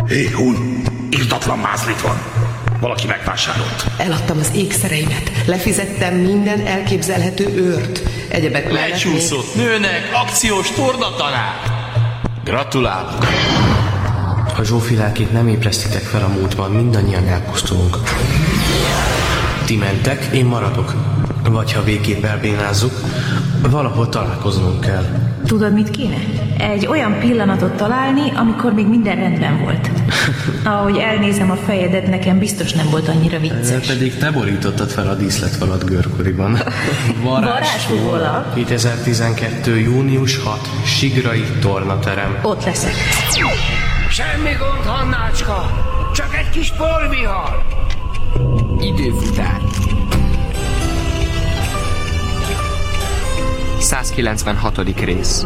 Éhúj, irdatlan mázlit van. Valaki megvásárolt. Eladtam az ékszereimet, lefizettem minden elképzelhető őrt. Egyebek mellett lecsúszott nőnek akciós tornatanár. Gratulálok. A Zsófilákét nem ébresztitek fel a múltban, mindannyian elpusztulunk. Ti mentek, én maradok. Vagy ha végképp elbénázzuk, valahol találkoznunk kell. Tudod, mit kéne? Egy olyan pillanatot találni, amikor még minden rendben volt. Ahogy elnézem a fejedet, nekem biztos nem volt annyira vicces. Pedig te borítottad fel a díszletfalat Görkoriban. Varázsfúvola. 2012. június 6. Sigrai tornaterem. Ott leszek. Semmi gond, Hannácska! Csak egy kis porvihar! Időfutár. 196. rész.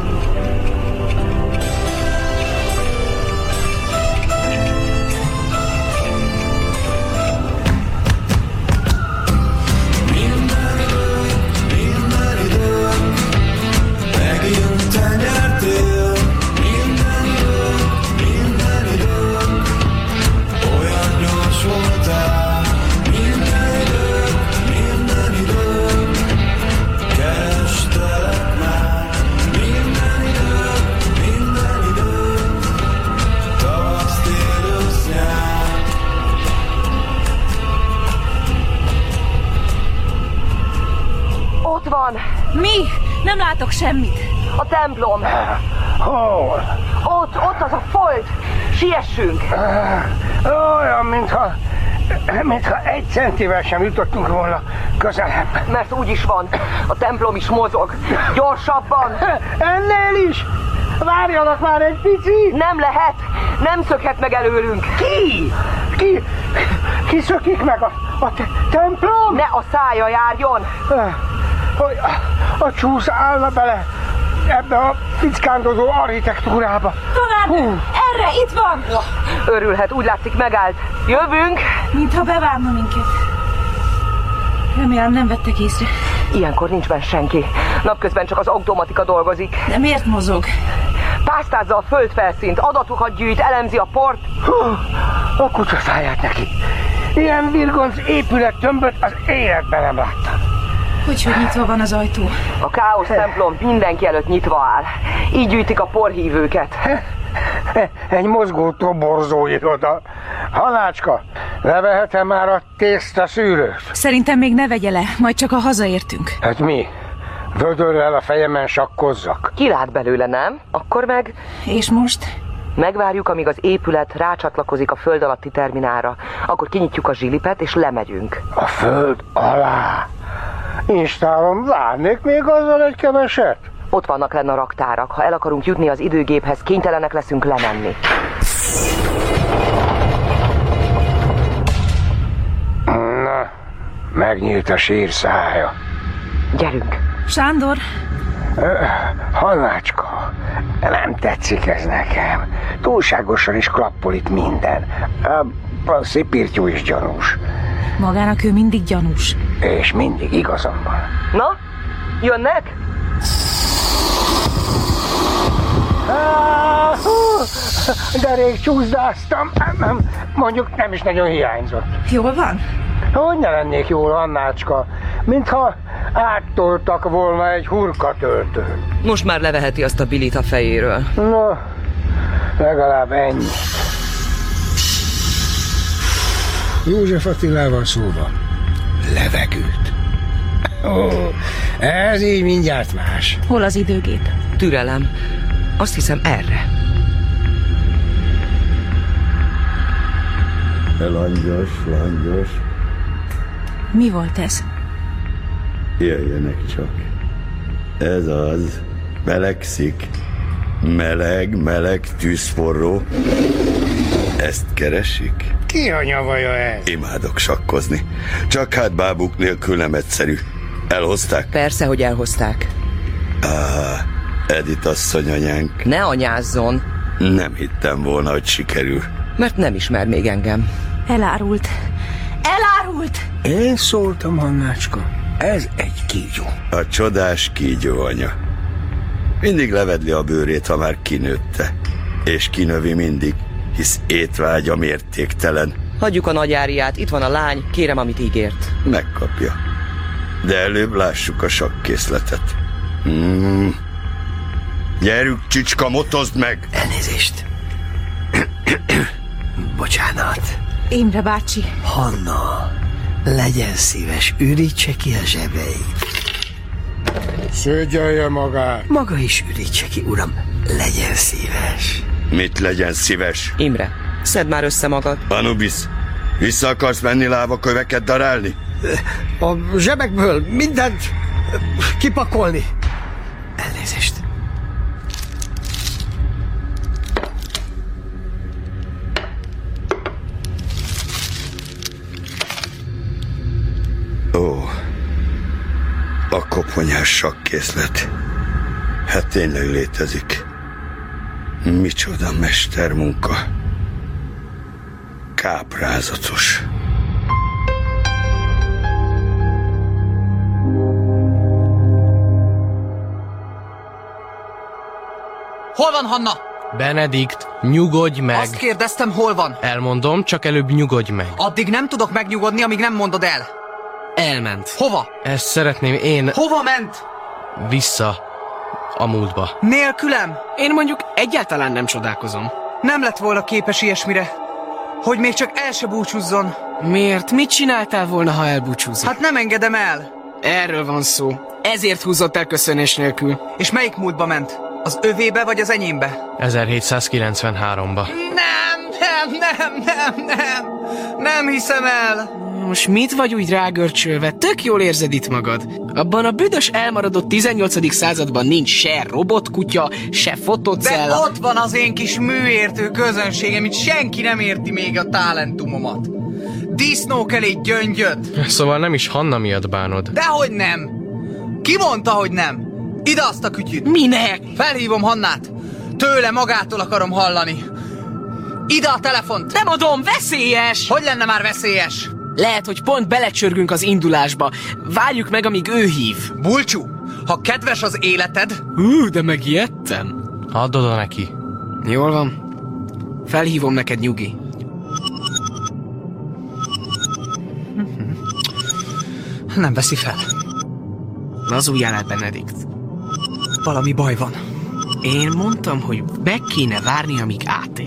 Mi? Nem látok semmit. A templom. Hol? Ott az a folt. Siessünk. Olyan, mintha 1 centivel sem jutottunk volna közelebb. Mert úgy is van. A templom is mozog. Gyorsabban. Ennél is? Várjanak már egy pici. Nem lehet. Nem szökhet meg előlünk. Ki szökik meg? A templom? Ne a szája járjon. Hogy a csúsz állna bele ebbe a fickándozó architektúrába. Talán erre, itt van! Örülhet, úgy látszik megállt. Jövünk! Mintha bevárna minket. Remélem nem vettek észre. Ilyenkor nincs benne senki. Napközben csak az automatika dolgozik. De miért mozog? Pásztázza a földfelszínt, adatokat gyűjt, elemzi a port. A kutya száját neki. Ilyen virgonc épület tömböt az életben nem láttam. Hogy nyitva van az ajtó? A káosz templom mindenki előtt nyitva áll. Így gyűjtik a porhívőket. Egy mozgó toborzó iroda. Halácska, levehetem már a tészta szűrőt? Szerintem még ne vegye le, majd csak a hazaértünk. Hát mi? Vödörrel a fejemen sakkozzak? Kilát belőle, nem? Akkor meg... És most? Megvárjuk, amíg az épület rácsatlakozik a föld alatti terminálra. Akkor kinyitjuk a zsilipet és lemegyünk. A föld alá? Installom, várnék még azzal egy keveset? Ott vannak lenne a raktárak. Ha el akarunk jutni az időgéphez, kénytelenek leszünk lemenni. Na, megnyílt a sír szája. Gyerünk. Sándor? Hannácska, nem tetszik ez nekem. Túlságosan is klappol itt minden. A szipirtyú is gyanús. Magának ő mindig gyanús. És mindig igazam van. Na, jönnek? De rég csúszdáztam. Mondjuk nem is nagyon hiányzott. Jól van? Hogy ne lennék jól, Annácska? Mintha áttoltak volna egy hurkatöltőt. Most már leveheti azt a bilit a fejéről. Na, legalább ennyi. József Attilával szóba. Levegőt. Ez így mindjárt más. Hol az időgép? Türelem. Azt hiszem erre. Langyos. Mi volt ez? Jöjjenek csak. Ez az. Melegszik. Meleg, tűzforró. Ezt keresik? Ki a nyavaja ez? Imádok sakkozni. Csak hát bábuk nélkül nem egyszerű. Elhozták? Persze, hogy elhozták. Edith asszony anyánk. Ne anyázzon. Nem hittem volna, hogy sikerül. Mert nem ismer még engem. Elárult. Én szóltam, Hannácska. Ez egy kígyó. A csodás kígyó anya. Mindig levedli a bőrét, ha már kinőtte. És kinövi mindig. hisz étvágya mértéktelen. Hagyjuk a nagyáriát, itt van a lány, kérem, amit ígért. Megkapja. De előbb lássuk a sakkészletet. Gyerünk, csicska, motozd meg! Elnézést. Bocsánat. Imre bácsi. Hanna, legyen szíves, ürítse ki a zsebeit. Szőgyelje magát. Maga is ürítse ki, uram. Legyen szíves. Mit legyen szíves? Imre, szedd már össze magad. Anubis, vissza akarsz menni lávaköveket darálni? A zsebekből mindent kipakolni. Elnézést. Ó, a koponyás sakkészlet. Hát tényleg létezik. Micsoda mestermunka. Káprázatos. Hol van Hanna? Benedikt, nyugodj meg! Azt kérdeztem, hol van? Elmondom, csak előbb nyugodj meg. Addig nem tudok megnyugodni, amíg nem mondod el. Elment. Hova? Ezt szeretném én... Hova ment? Vissza a múltba. Nélkülem? Én mondjuk egyáltalán nem csodálkozom. Nem lett volna képes ilyesmire. Hogy még csak el se búcsúzzon. Miért? Mit csináltál volna, ha elbúcsúzik? Hát nem engedem el. Erről van szó. Ezért húzott el köszönés nélkül. És melyik múltba ment? Az övébe vagy az enyémbe? 1793-ba. Nem hiszem el. Most mit vagy úgy rágörcsölve? Tök jól érzed itt magad. Abban a büdös elmaradott 18. században nincs se robotkutya, se fotocell. De ott van az én kis műértő közönségem, itt senki nem érti még a talentumomat. Disznók elé gyöngyöt. Szóval nem is Hanna miatt bánod. Dehogy nem. Ki mondta, hogy nem? Ide azt a kütyüt. Minek? Felhívom Hannát. Tőle magától akarom hallani. Ide a telefont. Nem adom, veszélyes. Hogy lenne már veszélyes? Lehet, hogy pont belecsörgünk az indulásba. Várjuk meg, amíg ő hív. Bulcsú, ha kedves az életed... De megijedtem. Add oda neki. Jól van. Felhívom neked, nyugi. Nem veszi fel. Lazuljál el, Benedikt. Valami baj van. Én mondtam, hogy meg kéne várni, amíg átér.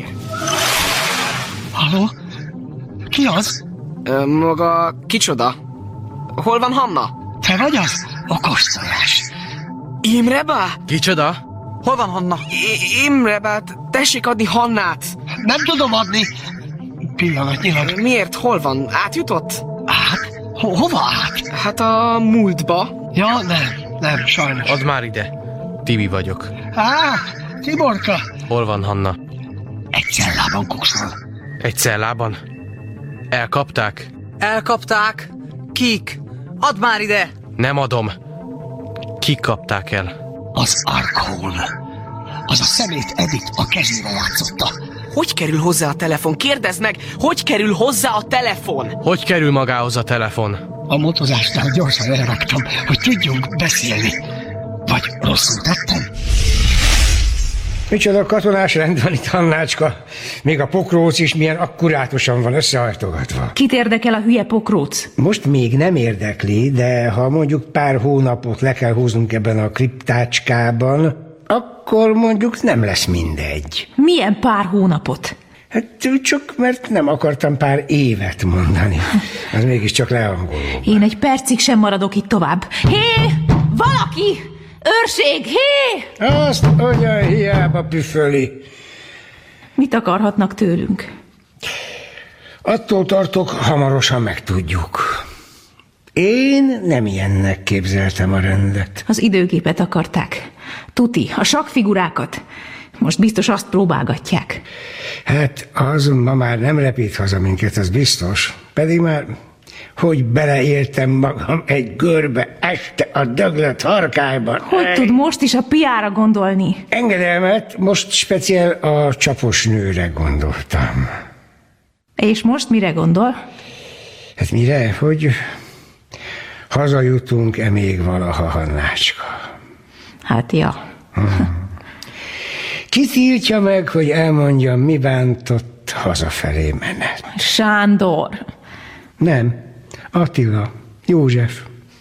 Halló? Ki az? Maga kicsoda? Hol van Hanna? Te vagy az? Okosztolás. Imrebá? Kicsoda? Hol van Hanna? Imrebát, tessék adni Hannát. Nem tudom adni. Pillanatnyilag. Miért? Hol van? Átjutott? Át? Hova át? Hát a múltba. Ja, nem, sajnos. Add már ide. Tibi vagyok. Tiborka. Hol van Hanna? Egy cellában kukszol. Egy cellában? Elkapták? Elkapták? Kik? Add már ide! Nem adom. Kik kapták el? Az Arkhón. Az a szemét Edith a kezére játszotta. Hogy kerül hozzá a telefon? Kérdezd meg, hogy kerül hozzá a telefon? Hogy kerül magához a telefon? A motozásnál gyorsan elraktam, hogy tudjunk beszélni. Vagy rosszul tettem? Micsoda katonás rend van itt, Hannácska. Még a pokróc is milyen akkurátusan van összehajtogatva. Kit érdekel a hülye pokróc? Most még nem érdekli, de ha mondjuk pár hónapot le kell húznunk ebben a kriptácskában, akkor mondjuk nem lesz mindegy. Milyen pár hónapot? Hát csak mert nem akartam pár évet mondani. Az mégiscsak leangoló. Én egy percig sem maradok itt tovább. Hé! Valaki! Őrség! Hé! Azt olyan hiába püföli. Mit akarhatnak tőlünk? Attól tartok, hamarosan megtudjuk. Én nem ilyennek képzeltem a rendet. Az időgépet akarták. Tuti, a sakkfigurákat. Most biztos azt próbálgatják. Hát az ma már nem repít haza minket, az biztos. Pedig már, hogy beleéltem magam egy görbe este a döglött harkályban. Hogy tud most is a piára gondolni? Engedelmet, most speciál a csapos nőre gondoltam. És most mire gondol? Hát mire? Hogy hazajutunk-e még valaha, Hannácska? Hát ja. Ki tiltja meg, hogy elmondjam, mi bántott hazafelé menet. Sándor. Nem, Attila, József.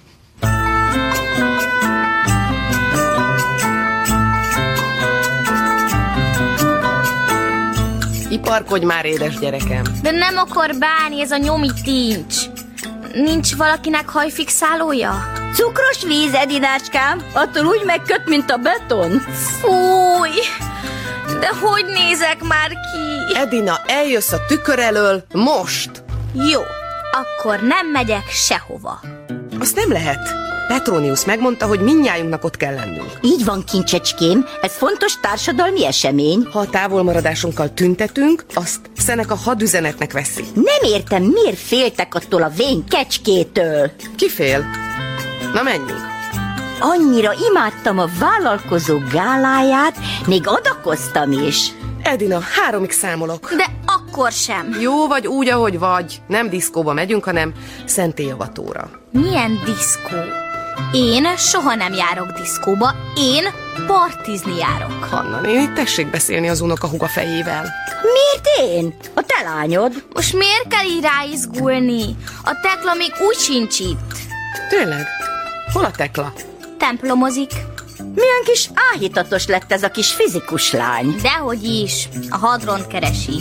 Iparkodj már, édes gyerekem. De nem akar bánni ez a nyomi tincs. Nincs valakinek hajfixálója? Cukros víz, Edinácskám, attól úgy megköt, mint a beton. Fúj, de hogy nézek már ki? Edina, eljössz a tükör elől most. Jó, akkor nem megyek sehova. Azt nem lehet. Petronius megmondta, hogy mindnyájunknak ott kell lennünk. Így van, kincsecském, ez fontos társadalmi esemény. Ha a távolmaradásunkkal tüntetünk, azt Seneca hadüzenetnek veszi. Nem értem, miért féltek attól a vén kecskétől? Ki fél? Na menjünk. Annyira imádtam a vállalkozó gáláját, még adakoztam is. Edina, 3-ig számolok. De akkor sem. Jó vagy úgy, ahogy vagy. Nem diszkóba megyünk, hanem szentélyavatóra. Milyen diszkó? Én soha nem járok diszkóba, én partizni járok. Hanna néni, tessék beszélni az unokahúga fejével. Miért én? A te lányod. Most miért kell így ráizgulni? A Tekla még úgy sincs itt. Tényleg? Hol a Tekla? Templomozik. Milyen kis áhítatos lett ez a kis fizikus lány. Dehogy is, a hadront keresi.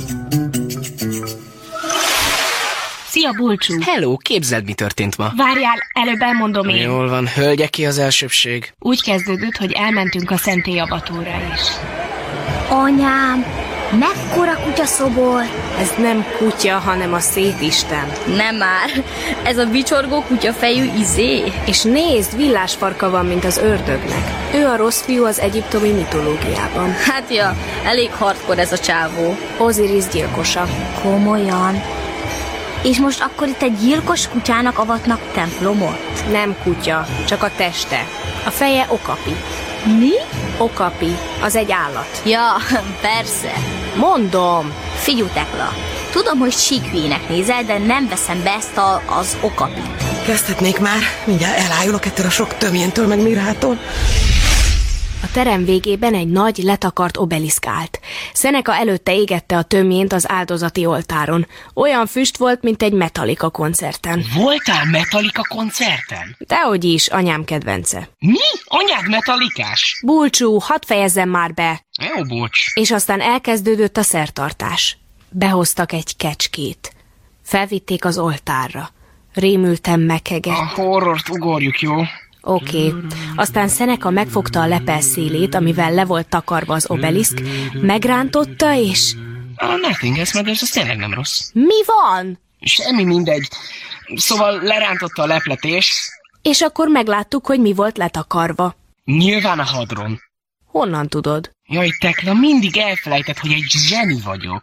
Szia, Bulcsú! Hello, képzeld, mi történt ma. Várjál, előbb elmondom én. Jól van, hölgyeké az elsőbség. Úgy kezdődött, hogy elmentünk a szentélyavatóra is. Anyám, mekkora kutyaszobor? Ez nem kutya, hanem a szétisten. Nem már, ez a vicsorgó kutyafejű izé. És nézd, villásfarka van, mint az ördögnek. Ő a rossz fiú az egyiptomi mitológiában. Hát ja, elég hardcore ez a csávó. Osiris gyilkosa. Komolyan? És most akkor itt egy gyilkos kutyának avatnak templomot? Nem kutya, csak a teste. A feje okapi. Mi? Okapi, az egy állat. Ja, persze. Mondom. Figyelj, Tekla, tudom, hogy síkhülyének nézel, de nem veszem be ezt az okapit. Kezdhetnék már, mindjárt elájulok ettől a sok tömjéntől meg mirától. A terem végében egy nagy, letakart obeliszk állt. Seneca előtte égette a tömjént az áldozati oltáron. Olyan füst volt, mint egy Metallica koncerten. Voltál Metallica koncerten? Dehogy is, anyám kedvence. Mi? Anyád metallikás? Bulcsú, hadd fejezzem már be. Jó, bocs. És aztán elkezdődött a szertartás. Behoztak egy kecskét. Felvitték az oltárra. Rémülten mekegett. A horrort ugorjuk, jó? Oké. Aztán Seneca megfogta a lepel szélét, amivel le volt takarva az obeliszk, megrántotta, és... Nothing, ez tényleg nem rossz. Mi van? Semmi, mindegy. Szóval lerántotta a lepletés. És akkor megláttuk, hogy mi volt letakarva. Nyilván a hadron. Honnan tudod? Jaj, Tekla, mindig elfelejtett, hogy egy zseni vagyok.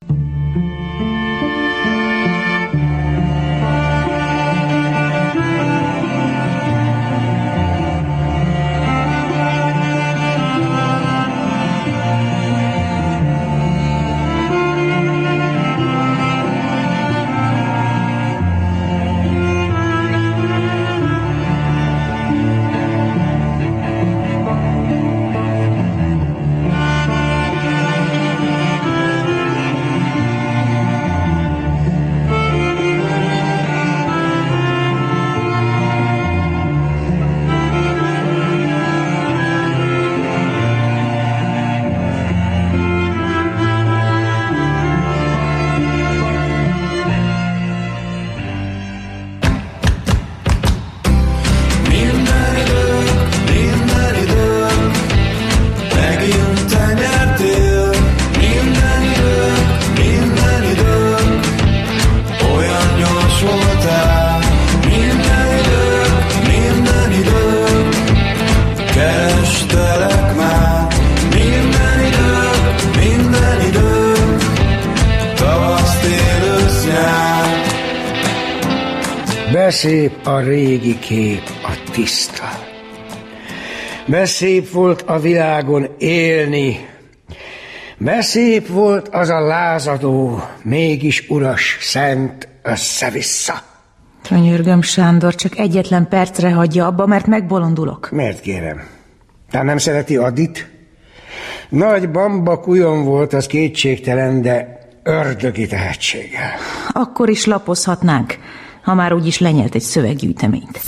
Beszép a régi kép, a tiszta. Beszép volt a világon élni. Beszép volt az a lázadó, mégis uras, szent össze-vissza. Könyörgöm, Sándor, csak egyetlen percre hagyja abba, mert megbolondulok. Miért kérem? Tehát nem szereti Addit? Nagy bamba kujon volt, az kétségtelen, de ördögi tehetséggel. Akkor is lapozhatnánk, ha már úgyis lenyelt egy szöveggyűjteményt.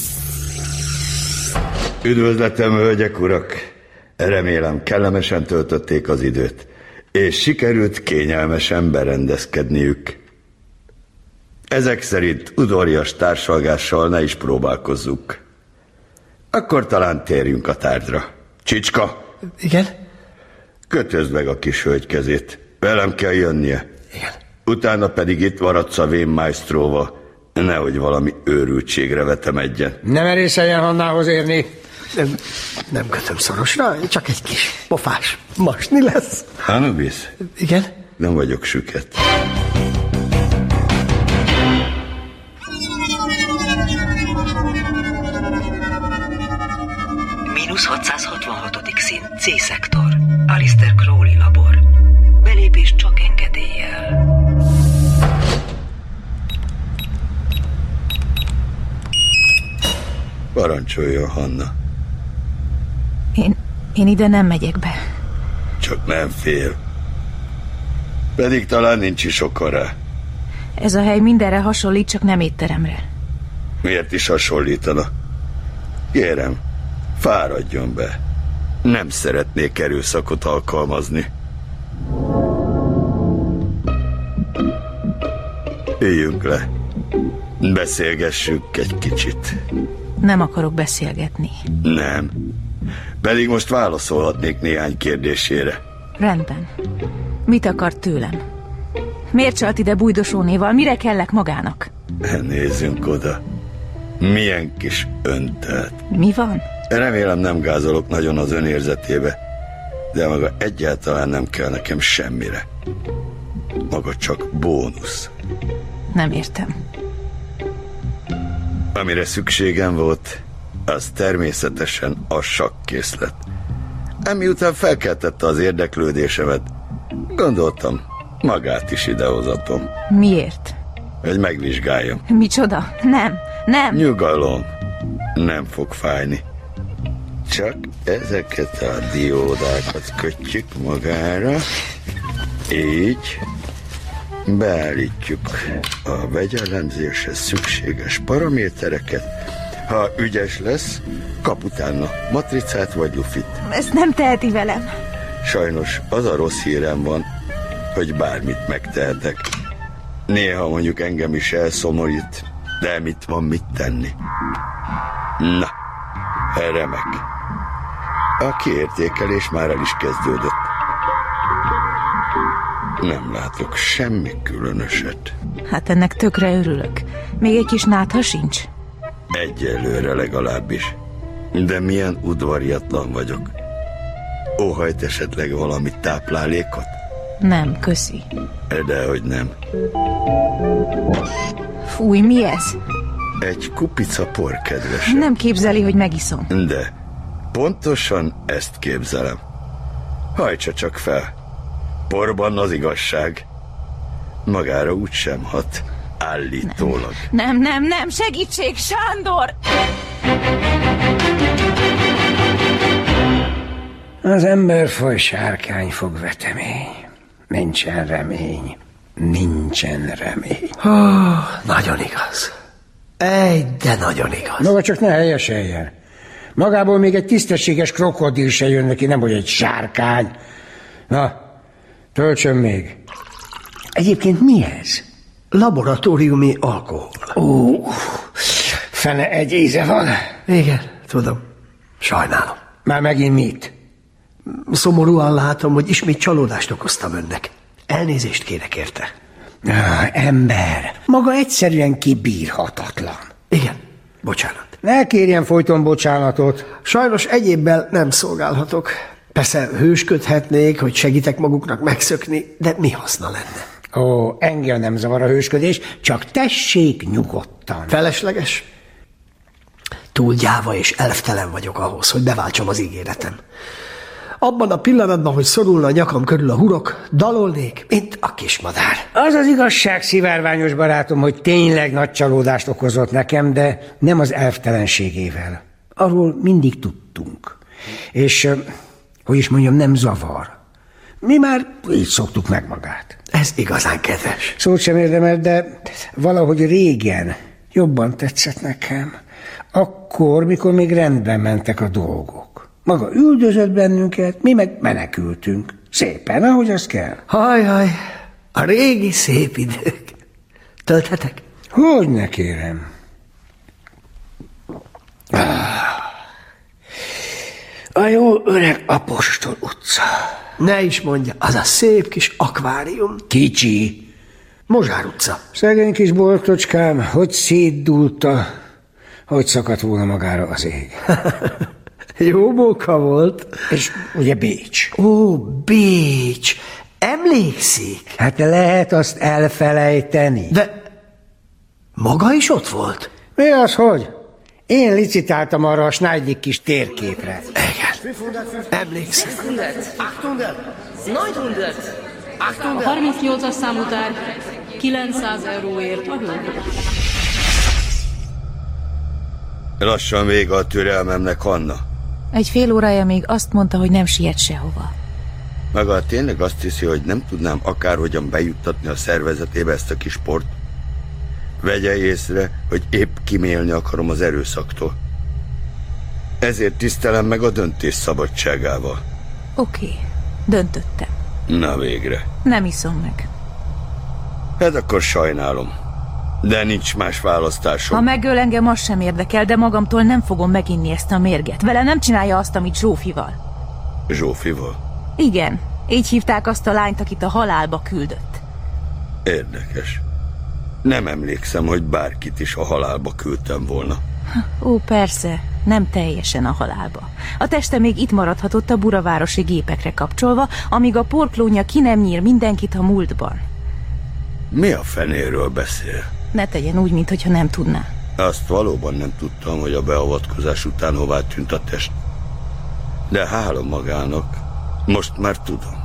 Üdvözletem, hölgyek, urak! Remélem, kellemesen töltötték az időt, és sikerült kényelmesen berendezkedniük. Ezek szerint udvarias társalgással ne is próbálkozzunk. Akkor talán térjünk a tárgyra. Csicska! Igen? Kötözd meg a kis hölgy kezét. Velem kell jönnie. Igen. Utána pedig itt maradsz a vén maestróval. Nehogy valami őrültségre vetemedjen. Nem merészeljen Hannához érni. Nem kötöm szorosra, csak egy kis pofás masni lesz. Anubis? Igen? Nem vagyok süket. -666. szint, C-szektor. Alistair Crowley labor. Belépés csak engedéllyel. Parancsoljon, Hanna. Én ide nem megyek be. Csak nem fél. Pedig talán nincs is oka rá. Ez a hely mindenre hasonlít, csak nem étteremre. Miért is hasonlítana? Kérem, fáradjon be. Nem szeretnék erőszakot alkalmazni. Üljünk le. Beszélgessünk egy kicsit. Nem akarok beszélgetni. Nem. Pedig most válaszolhatnék néhány kérdésére. Rendben. Mit akart tőlem? Miért csalt ide Bújdosónéval? Mire kellek magának? Nézzünk oda. Milyen kis öntelt. Mi van? Remélem nem gázolok nagyon az önérzetébe, de maga egyáltalán nem kell nekem semmire. Maga csak bónusz. Nem értem. Amire szükségem volt, az természetesen a sakkészlet. Emiután felkeltette az érdeklődésemet, gondoltam, magát is idehozatom. Miért? Hogy megvizsgáljam. Micsoda? Nem. Nyugalom. Nem fog fájni. Csak ezeket a diódákat kötjük magára. Így. Beállítjuk a vegyelemzéshez szükséges paramétereket. Ha ügyes lesz, kap utána matricát vagy lufit. Ezt nem teheti velem. Sajnos az a rossz hírem van, hogy bármit megtehetek. Néha mondjuk engem is elszomorít, de mit van mit tenni. Na, remek. A kiértékelés már el is kezdődött. Nem látok semmi különöset. Hát ennek tökre örülök. Még egy kis nátha sincs? Egyelőre legalábbis. De milyen udvariatlan vagyok. Óhajt esetleg valami táplálékot? Nem, köszi. Dehogy nem. Fúj, mi ez? Egy kupica por, kedvesem. Nem képzeli, hogy megiszom. De pontosan ezt képzelem. Hajtsa csak fel. Porban az igazság. Magára úgysem hat. Állítólag. Nem, segítség, Sándor! Az emberfaj sárkányfog vetemény. Nincsen remény. Nagyon igaz. De nagyon igaz. Maga csak ne helyeseljen. Magából még egy tisztességes krokodil se jön neki, nem hogy egy sárkány. Na, töltsön még. Egyébként mi ez? Laboratóriumi alkohol. Fene egy íze van. Igen, tudom. Sajnálom. Már megint mit? Szomorúan látom, hogy ismét csalódást okoztam önnek. Elnézést kérek érte. Ember, maga egyszerűen kibírhatatlan. Igen, bocsánat. Ne kérjen folyton bocsánatot. Sajnos egyébbel nem szolgálhatok. Persze hősködhetnék, hogy segítek maguknak megszökni, de mi haszna lenne? Engem nem zavar a hősködés, csak tessék nyugodtan. Felesleges? Túl gyáva és elftelen vagyok ahhoz, hogy beváltsam az ígéretem. Abban a pillanatban, hogy szorulna a nyakam körül a hurok, dalolnék, mint a kismadár. Az az igazság, szivárványos barátom, hogy tényleg nagy csalódást okozott nekem, de nem az elftelenségével. Arról mindig tudtunk. És, hogy is mondjam, nem zavar. Mi már így szoktuk meg magát. Ez igazán kedves. Szót sem érdemel, de valahogy régen jobban tetszett nekem. Akkor, mikor még rendben mentek a dolgok. Maga üldözött bennünket, mi meg menekültünk. Szépen, ahogy az kell. Hajjaj, a régi szép idők. Tölthetek? Hogyne, kérem. A jó öreg Apostol utca. Ne is mondja, az a szép kis akvárium. Kicsi. Mozsár utca. Szegény kis boltocskám, hogy szétdulta, hogy szakadt volna magára az ég. Jó móka volt. És ugye Bécs. Ó, Bécs. Emlékszik? Hát lehet azt elfelejteni. De maga is ott volt? Mi az, hogy? Én licitáltam arra a snájdik kis térképre. Igen. Emlékszik. 800. 38-as számú tárgy 900 euróért a hölgynek. Lassan vége a türelmemnek, Anna. Egy fél órája még azt mondta, hogy nem siet sehova. Maga tényleg azt hiszi, hogy nem tudnám akárhogyan bejuttatni a szervezetébe ezt a kis port? Vegye észre, hogy épp kimélni akarom az erőszaktól. Ezért tisztelem meg a döntés szabadságával. Oké, döntöttem. Na végre. Nem iszom meg. Hát akkor sajnálom. De nincs más választásom. Ha megöl engem, az sem érdekel, de magamtól nem fogom meginni ezt a mérget. Vele nem csinálja azt, amit Zsófival. Zsófival? Igen, így hívták azt a lányt, akit a halálba küldött. Érdekes. Nem emlékszem, hogy bárkit is a halálba küldtem volna. Ó, persze, nem teljesen a halálba. A teste még itt maradhatott a buravárosi gépekre kapcsolva, amíg a porklónja ki nem nyír mindenkit a múltban. Mi a fenéről beszél? Ne tegyen úgy, mintha nem tudná. Azt valóban nem tudtam, hogy a beavatkozás után hová tűnt a test. De hála magának, most már tudom.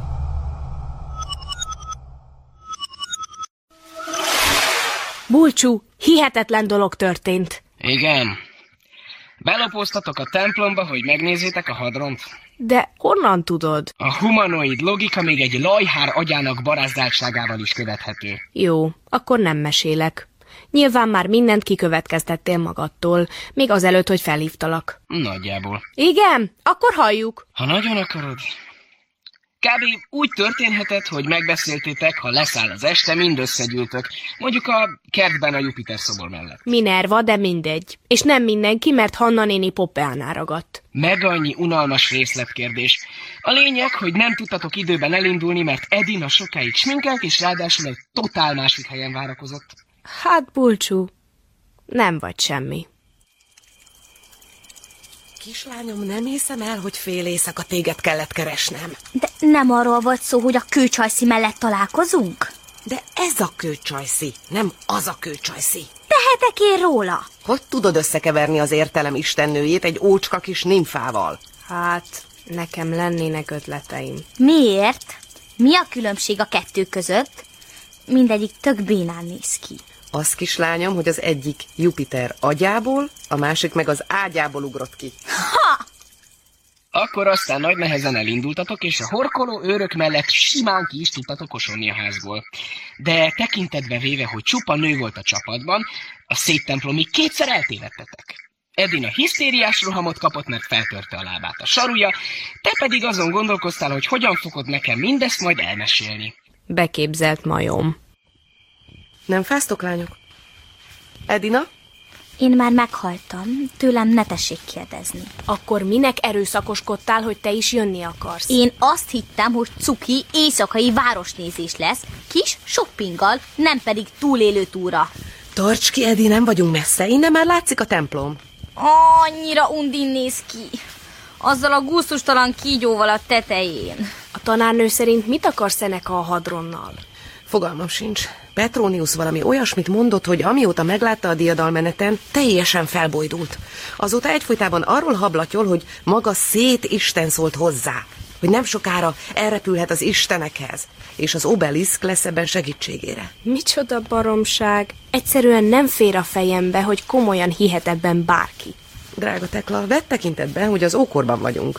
Bulcsú, hihetetlen dolog történt. Igen. Belopóztatok a templomba, hogy megnézzétek a hadront? De honnan tudod? A humanoid logika még egy lajhár agyának barázdáltságával is követhető. Jó, akkor nem mesélek. Nyilván már mindent kikövetkeztettél magadtól, még azelőtt, hogy felhívtalak. Nagyjából. Igen? Akkor halljuk. Ha nagyon akarod. Kb. Úgy történhetett, hogy megbeszéltétek, ha leszáll az este, mind összegyűltök. Mondjuk a kertben a Jupiter szobor mellett. Minerva, de mindegy. És nem mindenki, mert Hanna néni Poppeánál ragadt. Meg annyi unalmas részletkérdés. A lényeg, hogy nem tudtatok időben elindulni, mert Edina sokáig sminkelt, és ráadásul egy totál másik helyen várakozott. Hát, Bulcsú, nem vagy semmi. Kislányom, nem hiszem el, hogy fél éjszaka téged kellett keresnem. De nem arról volt szó, hogy a kőcsajszi mellett találkozunk? De ez a kőcsajszi, nem az a kőcsajszi. Tehetek én róla? Hogy tudod összekeverni az értelem istennőjét egy ócska kis nimfával? Hát, nekem lennének ötleteim. Miért? Mi a különbség a kettő között? Mindegyik tök bénán néz ki. Az, kislányom, hogy az egyik Jupiter agyából, a másik meg az ágyából ugrott ki. Ha! Akkor aztán nagy nehezen elindultatok, és a horkoló őrök mellett simán ki is tudtatok osonni a házból. De tekintetbe véve, hogy csupa nő volt a csapatban, a szép templomig kétszer eltévedtetek. Edina hisztériás rohamot kapott, mert feltörte a lábát a sarúja, te pedig azon gondolkoztál, hogy hogyan fogod nekem mindezt majd elmesélni. Beképzelt majom. Nem fáztok, lányok? Edina? Én már meghaltam, tőlem ne tessék kérdezni. Akkor minek erőszakoskodtál, hogy te is jönni akarsz? Én azt hittem, hogy cuki éjszakai városnézés lesz, kis shoppinggal, nem pedig túlélő túra. Tarts ki, Edi, nem vagyunk messze, innen már látszik a templom. Annyira undin néz ki. Azzal a gusztustalan kígyóval a tetején. A tanárnő szerint mit akar Seneca a hadronnal? Fogalmam sincs. Petronius valami olyasmit mondott, hogy amióta meglátta a diadalmeneten, teljesen felbojdult. Azóta egyfolytában arról hablatyol, hogy maga Szét Isten szólt hozzá, hogy nem sokára elrepülhet az istenekhez, és az obeliszk lesz ebben segítségére. Micsoda baromság! Egyszerűen nem fér a fejembe, hogy komolyan hihet ebben bárki. Drága Tekla, vedd tekintetbe, hogy az ókorban vagyunk.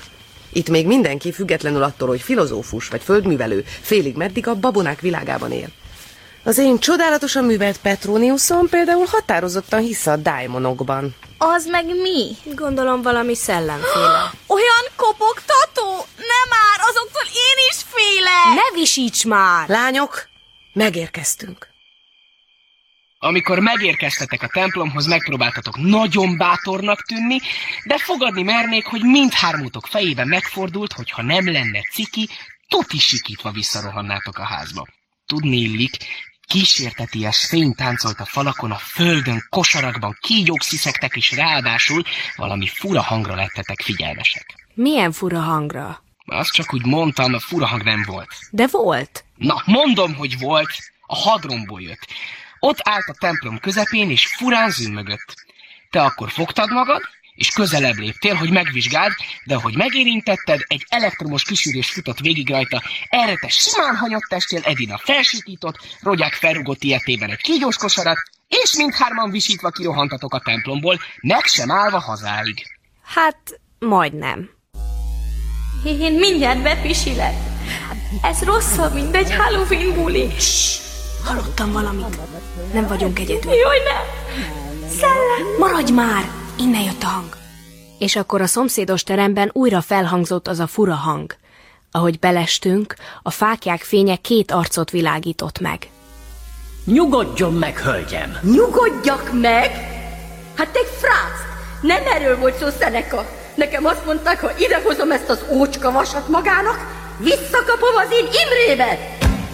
Itt még mindenki, függetlenül attól, hogy filozófus vagy földművelő, félig meddig a babonák világában él. Az én csodálatosan művelt Petroniusom például határozottan hisz a dájmonokban. Az meg mi? Gondolom valami szellemféle. Olyan kopogtató? Nem már, azoktól én is félek! Ne visíts már! Lányok, megérkeztünk. Amikor megérkeztetek a templomhoz, megpróbáltatok nagyon bátornak tűnni, de fogadni mernék, hogy mindhármótok fejében megfordult, hogy ha nem lenne ciki, tuti sikítva visszarohannátok a házba. Tudni illik, kísérteties fény táncolt a falakon, a földön, kosarakban kígyók sziszegtek, és ráadásul valami fura hangra lettetek figyelmesek. Milyen fura hangra? Azt csak úgy mondtam, a fura hang nem volt. De volt. Na, mondom, hogy volt. A hadromból jött. Ott állt a templom közepén, és furán zümmögött. Te akkor fogtad magad, és közelebb léptél, hogy megvizsgáld, de ahogy megérintetted, egy elektromos kisűrés futott végig rajta, erre te simán hanyatt testél, Edina felsikított, Rogyák felrugott ilyetében egy kígyós kosarat, és mindhárman visítva kirohantatok a templomból, meg sem állva hazáig. Hát, majdnem. Én mindjárt bepisilek. Ez rosszabb, mint egy Halloween buli. Hallottam valamit. Nem vagyunk egyedül. Jaj, ne! Szellem! Maradj már! Innen jött a hang. És akkor a szomszédos teremben újra felhangzott az a fura hang. Ahogy belestünk, a fáklyák fénye 2 arcot világított meg. Nyugodjon meg, hölgyem! Nyugodjak meg? Hát egy frászt! Nem erről volt szó, Seneca. Nekem azt mondták, ha idehozom ezt az ócska vasat magának, visszakapom az én Imrémet!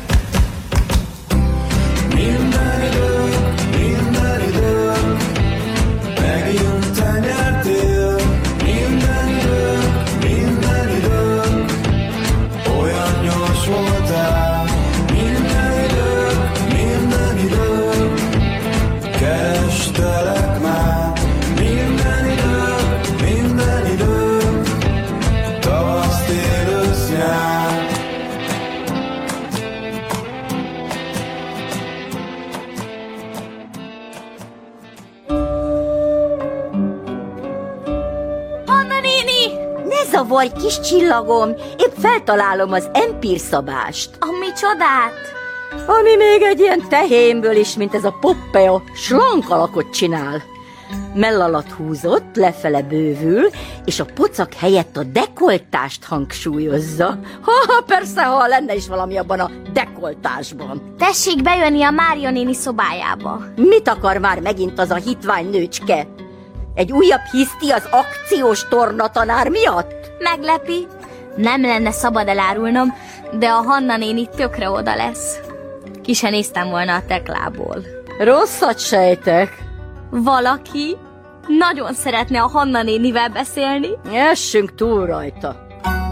Minden idő, megint te nyertél. Minden idő, olyan gyors voltál. Minden idő, kerestelek már. Minden idő, tavasz, tél, ősz, nyár. Ne zavarj, kis csillagom! Épp feltalálom az empír szabást. Ami csodát? Ami még egy ilyen tehénből is, mint ez a Poppeo, slank alakot csinál. Mell alatt húzott, lefele bővül, és a pocak helyett a dekoltást hangsúlyozza. Persze, ha lenne is valami abban a dekoltásban. Tessék bejönni a Mária néni szobájába. Mit akar már megint az a hitvány nőcske? Egy újabb hiszti az akciós tornatanár miatt? Meglepi. Nem lenne szabad elárulnom, de a Hanna néni tökre oda lesz. Ki se néztem volna a teklából. Rosszat sejtek. Valaki nagyon szeretne a Hanna nénivel beszélni. Essünk túl rajta.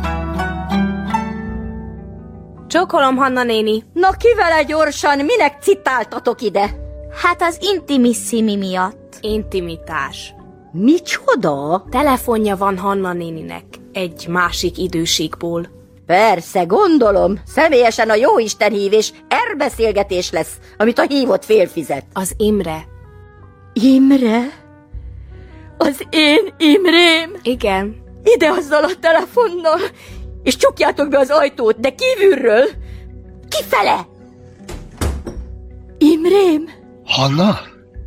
Csókolom, Hanna néni. Na kivele gyorsan, minek citáltatok ide? Hát az intimissimi miatt. Intimitás. Micsoda? Telefonja van Hanna néninek, egy másik időségból. Persze, gondolom. Személyesen a jóisten hív, és erbeszélgetés lesz, amit a hívott félfizet. Az Imre. Imre? Az én Imrém? Igen. Ide azzal a telefonnal, és csukjátok be az ajtót, de kívülről. Kifele! Imrém? Hanna?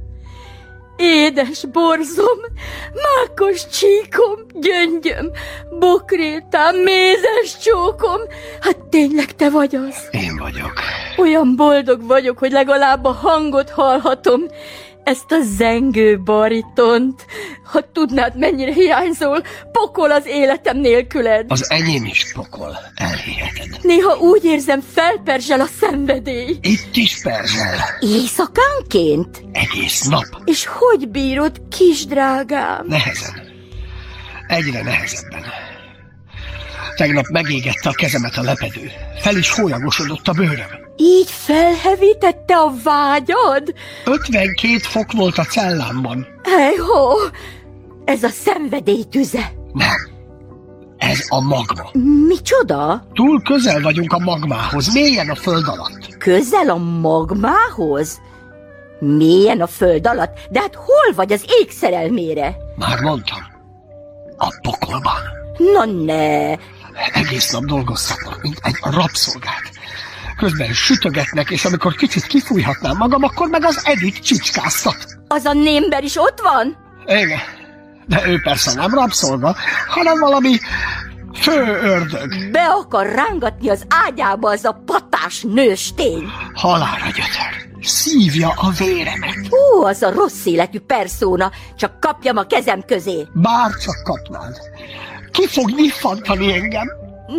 Édes borzom, mákos csíkom, gyöngyöm, bokrétám, mézes csókom. Hát tényleg te vagy az? Én vagyok. Olyan boldog vagyok, hogy legalább a hangot hallhatom. Ezt a zengő baritont. Ha tudnád, mennyire hiányzol, pokol az életem nélküled. Az enyém is pokol, elhiheted. Néha úgy érzem, felperzsel a szenvedély. Itt is perzsel. Éjszakánként? Egész nap. És hogy bírod, kis drágám? Nehezen. Egyre nehezebben. Tegnap megégette a kezemet a lepedő. Fel is hólyagosodott a bőröm. Így felhevítette a vágyad? 52 fok volt a cellámban. Hejhó, ez a szenvedély tüze. Nem, ez a magma. Micsoda? Túl közel vagyunk a magmához, mélyen a föld alatt. Közel a magmához? Mélyen a föld alatt? De hát hol vagy az ég szerelmére? Már mondtam, a pokolban. Na ne! Egész nap dolgozhatnak, mint egy rabszolgát. Közben sütögetnek, és amikor kicsit kifújhatnám magam, akkor meg az Edith csicskáztat. Az a némber is ott van? Igen, de ő persze nem rabszolga, hanem valami főördög. Be akar rángatni az ágyába az a patás nőstény. Halálra gyötör. Szívja a véremet. Hú, az a rossz életű perszóna. Csak kapjam a kezem közé. Bárcsak kapnád. Ki fog nyiffantani engem?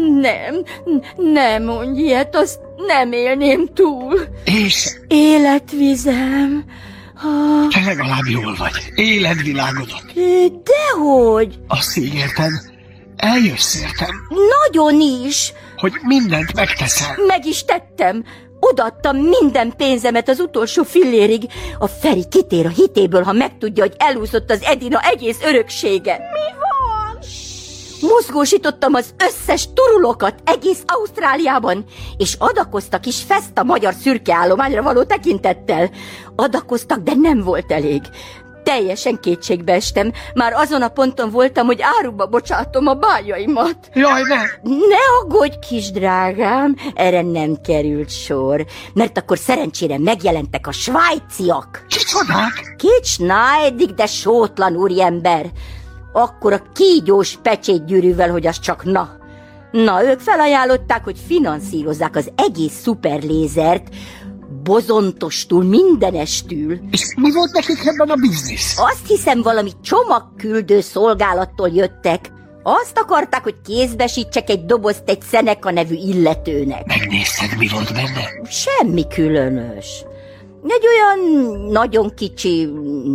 Nem mondj ilyet, azt nem élném túl. És? Életvizem. Te legalább jól vagy. Éled világodat. Dehogy? Azt ígérted, eljössz értem. Nagyon is. Hogy mindent megteszel. Meg is tettem. Odaadtam minden pénzemet az utolsó fillérig. A Feri kitér a hitéből, ha megtudja, hogy elúszott az Edina egész öröksége. Mi van? Mozgósítottam az összes turulokat egész Ausztráliában, és adakoztak is Fest a magyar szürke állományra való tekintettel. Adakoztak, de nem volt elég. Teljesen kétségbe estem. Már azon a ponton voltam, hogy áruba bocsátom a bájaimat. Jaj, ne! Ne aggódj, kis drágám, erre nem került sor, mert akkor szerencsére megjelentek a svájciak. Kicsodák? Két Schneidig, de sótlan úriember. Akkor a kígyós pecsétgyűrűvel, hogy az csak na. Na, ők felajánlották, hogy finanszírozzák az egész szuperlézert, bozontostól, mindenestül. És mi volt nekik ebben a biznisz? Azt hiszem, valami csomagküldő szolgálattól jöttek. Azt akarták, hogy kézbesítsek egy dobozt egy Seneca nevű illetőnek. Megnézted, mi volt benne? Semmi különös. Egy olyan nagyon kicsi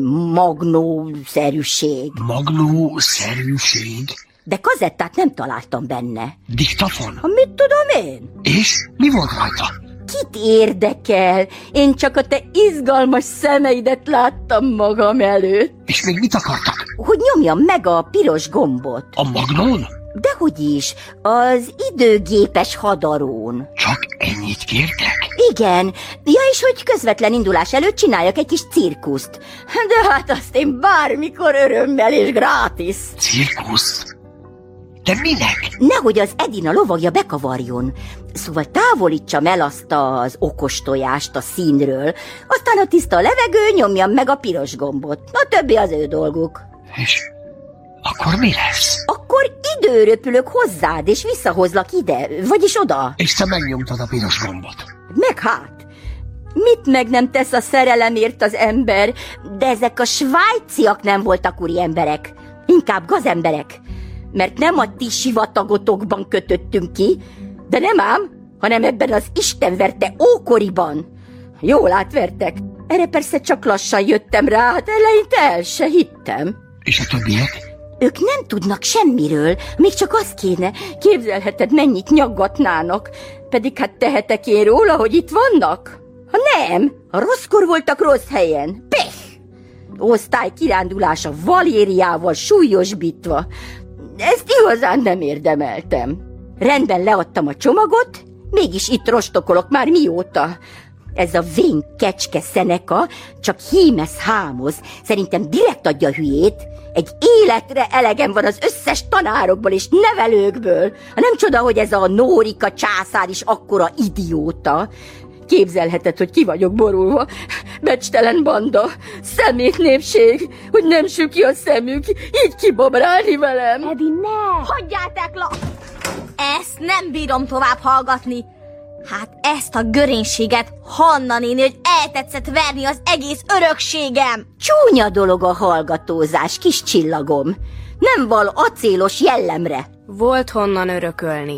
magnószerűség. Magnószerűség? De kazettát nem találtam benne. Diktafon? Mit tudom én? És mi volt rajta? Kit érdekel? Én csak a te izgalmas szemeidet láttam magam előtt. És még mit akartak? Hogy nyomjam meg a piros gombot. A magnón? Dehogy is, az időgépes hadarón. Csak ennyit kértek? Igen, ja, és hogy közvetlen indulás előtt csináljak egy kis cirkuszt. De hát azt én bármikor örömmel és grátis. Cirkuszt? De minek? Nehogy az Edina lovagja bekavarjon. Szóval távolítsam el azt az okos tojást a színről, aztán a tiszta levegő, nyomjam meg a piros gombot. A többi az ő dolguk. És akkor mi lesz? Akkor időröpülök hozzád, és visszahozlak ide, vagyis oda. És te megnyomtad a piros gombot. Meg hát. Mit meg nem tesz a szerelemért az ember? De ezek a svájciak nem voltak úri emberek, inkább gazemberek. Mert nem a ti sivatagotokban kötöttünk ki, de nem ám, hanem ebben az istenverte ókoriban. Jól átvertek. Erre persze csak lassan jöttem rá, hát eleinte el se hittem. És a többiek? Ők nem tudnak semmiről, még csak az kéne. Képzelheted, mennyit nyaggatnának. Pedig hát tehetek én róla, hogy itt vannak? Ha nem, a rosszkor voltak rossz helyen. Pech! Osztály kirándulása Valériával súlyosbítva. Ezt igazán nem érdemeltem. Rendben leadtam a csomagot, mégis itt rostokolok már mióta. Ez a vén kecske Seneca csak hímez hámoz, szerintem direkt adja a hülyét. Egy életre elegem van az összes tanárokból és nevelőkből. Nem csoda, hogy ez a Nórika császár is akkora idióta. Képzelheted, hogy ki vagyok borulva. Becstelen banda, szemét népség, hogy nem sül ki a szemük, így kibobrálni velem. Edi, ne! Hagyjátok la! Ezt nem bírom tovább hallgatni. Hát ezt a görénységet, Hanna néni, hogy eltetszett verni az egész örökségem. Csúnya dolog a hallgatózás, kis csillagom. Nem val acélos jellemre. Volt honnan örökölni.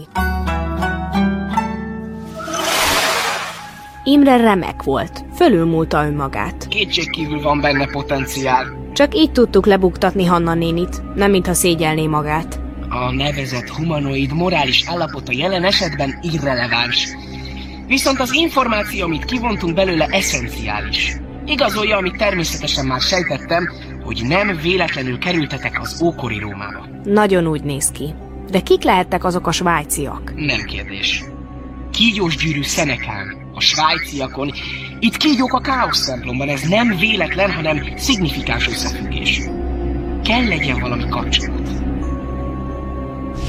Imre remek volt, fölülmúlta önmagát. Kétségkívül van benne potenciál. Csak így tudtuk lebuktatni Hanna nénit, nem mintha szégyelné magát. A nevezett humanoid morális állapota jelen esetben irreleváns. Viszont az információ, amit kivontunk belőle, eszenciális. Igazolja, amit természetesen már sejtettem, hogy nem véletlenül kerültetek az ókori Rómába. Nagyon úgy néz ki. De kik lehettek azok a svájciak? Nem kérdés. Kígyós gyűrű Senecán, a svájciakon, itt kígyók a káosz templomban, ez nem véletlen, hanem szignifikáns összefüggés. Kell legyen valami kapcsolat.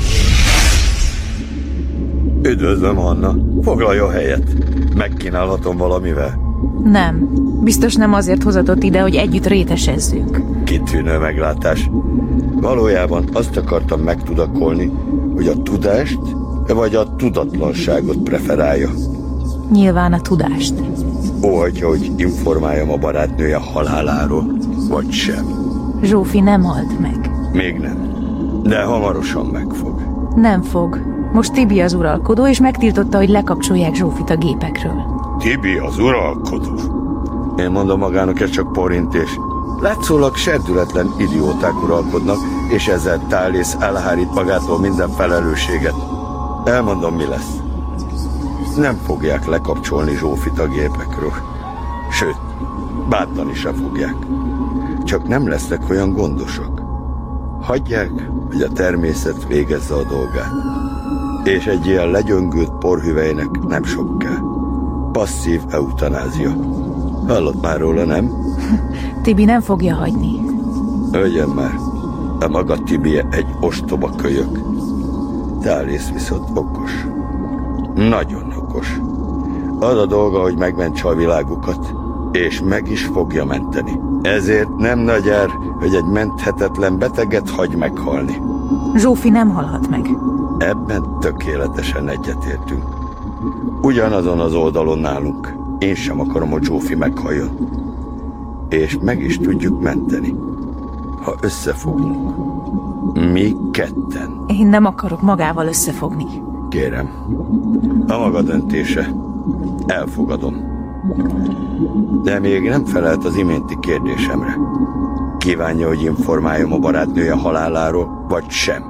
Üdvözlöm, Hanna. Foglalja helyet. Megkínálhatom valamivel? Nem. Biztos nem azért hozatott ide, hogy együtt rétesezzünk. Kitűnő meglátás. Valójában azt akartam megtudakolni, hogy a tudást vagy a tudatlanságot preferálja. Nyilván a tudást. Óhagyja, hogy informáljam a barátnője haláláról, vagy sem. Zsófi nem halt meg. Még nem. De hamarosan megfog. Nem fog. Most Tibi az uralkodó, és megtiltotta, hogy lekapcsolják Zsófit a gépekről. Tibi az uralkodó? Én mondom magának, ez csak porintés. Látszólag serdületlen idióták uralkodnak, és ezzel Tálész elhárít magától minden felelősséget. Elmondom, mi lesz. Nem fogják lekapcsolni Zsófit a gépekről. Sőt, bántani sem fogják. Csak nem lesznek olyan gondosak. Hagyják, hogy a természet végezze a dolgát. És egy ilyen legyöngült porhüvelynek nem sok kell. Passzív eutanázia. Hallott már róla, nem? Tibi nem fogja hagyni. Hölgyem már, a maga Tibie egy ostoba kölyök. Tálész viszont okos. Nagyon okos. Az a dolga, hogy megmentse a világukat, és meg is fogja menteni. Ezért nem nagy ár, hogy egy menthetetlen beteget hagy meghalni. Zsófi nem halhat meg. Ebben tökéletesen egyetértünk. Ugyanazon az oldalon nálunk. Én sem akarom, hogy Zsófi meghalljon. És meg is tudjuk menteni, ha összefogunk. Mi ketten. Én nem akarok magával összefogni. Kérem, a maga döntése. Elfogadom. De még nem felelt az iménti kérdésemre. Kívánja, hogy informáljam a barátnője haláláról, vagy sem?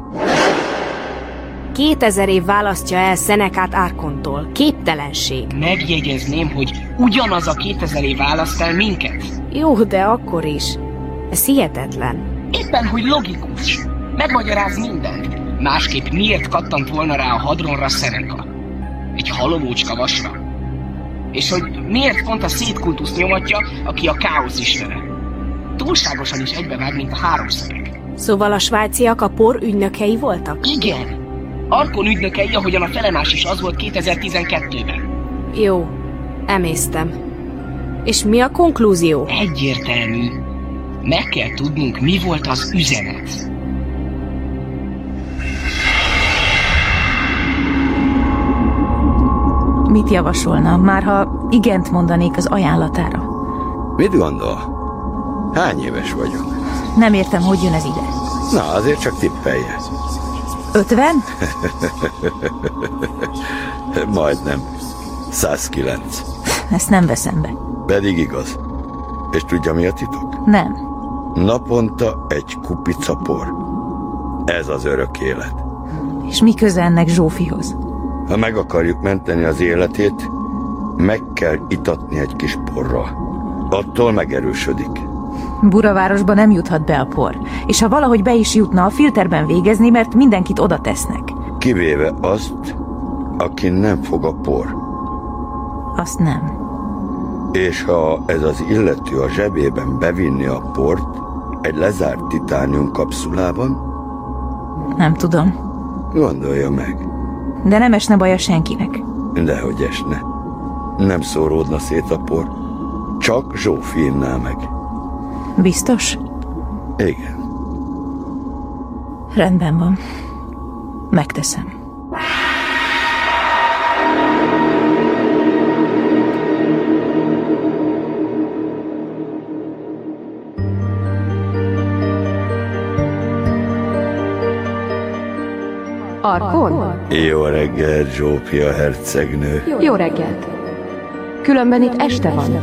2000 év választja el Senekát Arkontól. Képtelenség. Megjegyezném, hogy ugyanaz a 2000 év választ el minket. Jó, de akkor is. Ez hihetetlen. Éppen, hogy logikus. Megmagyaráz mindent. Másképp miért kattant volna rá a hadronra Seneka? Egy halomócska vasra? És hogy miért pont a szétkultuszt nyomatja, aki a káosz istene? Túlságosan is egybevág, mint a háromszögek. Szóval a svájciak a por ügynökei voltak? Igen. Arkon ügynökei, ahogyan a felemás is az volt 2012-ben. Jó, emésztem. És mi a konklúzió? Egyértelmű. Meg kell tudnunk, mi volt az üzenet. Mit javasolna, már ha igent mondanék az ajánlatára? Mit gondol? Hány éves vagyok? Nem értem, hogy jön ez ide. Na, azért csak tippelje. 50? Majdnem. 109. Ezt nem veszem be. Pedig igaz. És tudja, mi a titok? Nem. Naponta egy kupica por. Ez az örök élet. És mi köze ennek Zsófihoz? Ha meg akarjuk menteni az életét, meg kell itatni egy kis porral. Attól megerősödik. Buravárosba nem juthat be a por. És ha valahogy be is jutna, a filterben végezni, mert mindenkit oda tesznek. Kivéve azt, aki nem fog a por. Azt nem. És ha ez az illető a zsebében bevinni a port egy lezárt titánium kapszulában? Nem tudom. Gondolja meg. De nem esne baja senkinek. Dehogy esne. Nem szóródna szét a por. Csak Zsófi inná meg. Biztos? Igen. Rendben van. Megteszem. Arkon? Jó reggelt, Zsófia hercegnő. Jó reggelt. Különben itt este van.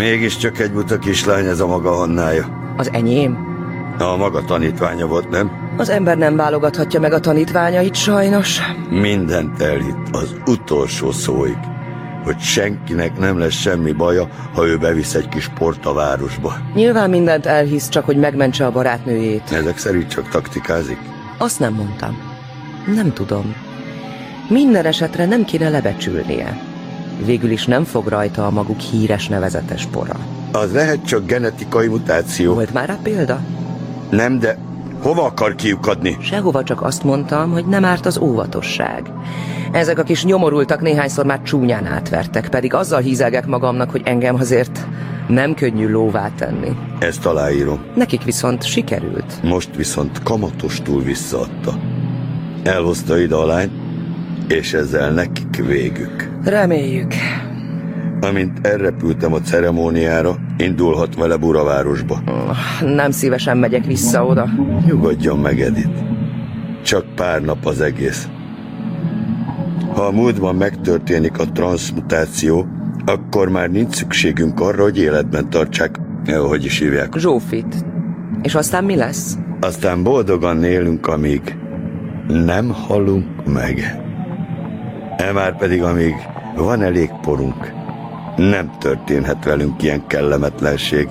Mégiscsak egy buta kislány ez a maga Hannája. Az enyém? A maga tanítványa volt, nem? Az ember nem válogathatja meg a tanítványait, sajnos. Mindent elhitt az utolsó szóig, hogy senkinek nem lesz semmi baja, ha ő bevisz egy kis port a városba. Nyilván mindent elhisz, csak hogy megmentse a barátnőjét. Ezek szerint csak taktikázik? Azt nem mondtam. Nem tudom. Minden esetre nem kéne lebecsülnie. Végül is nem fog rajta a maguk híres nevezetes pora. Az lehet csak genetikai mutáció. Volt már rá példa? Nem, de hova akar kiukadni? Sehova, csak azt mondtam, hogy nem árt az óvatosság. Ezek a kis nyomorultak néhányszor már csúnyán átvertek, pedig azzal hízelgek magamnak, hogy engem azért nem könnyű lóvá tenni. Ezt aláírom. Nekik viszont sikerült. Most viszont kamatostul visszaadta. Elhozta ide a lányt, és ezzel nekik végük. Reméljük. Amint elrepültem a ceremóniára, indulhat vele Buravárosba. Nem szívesen megyek vissza oda. Nyugodjon meg, Edith. Csak pár nap az egész. Ha a múltban megtörténik a transzmutáció, akkor már nincs szükségünk arra, hogy életben tartsák. Hogy is hívják? Zsófit. És aztán mi lesz? Aztán boldogan élünk, amíg nem halunk meg. Már pedig amíg van elég porunk, nem történhet velünk ilyen kellemetlenség.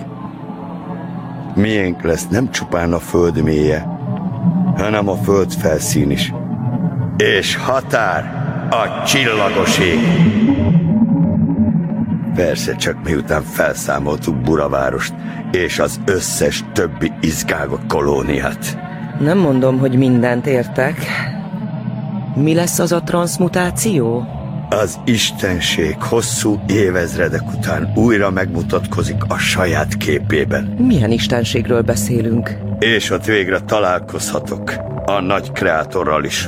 Miénk lesz nem csupán a föld mélye, hanem a föld felszín is. És határ a csillagos ég. Persze csak miután felszámoltuk Buravárost és az összes többi izgágott kolóniát. Nem mondom, hogy mindent értek. Mi lesz az a transzmutáció? Az istenség hosszú évezredek után újra megmutatkozik a saját képében. Milyen istenségről beszélünk? És ott végre találkozhatok a nagy kreátorral is.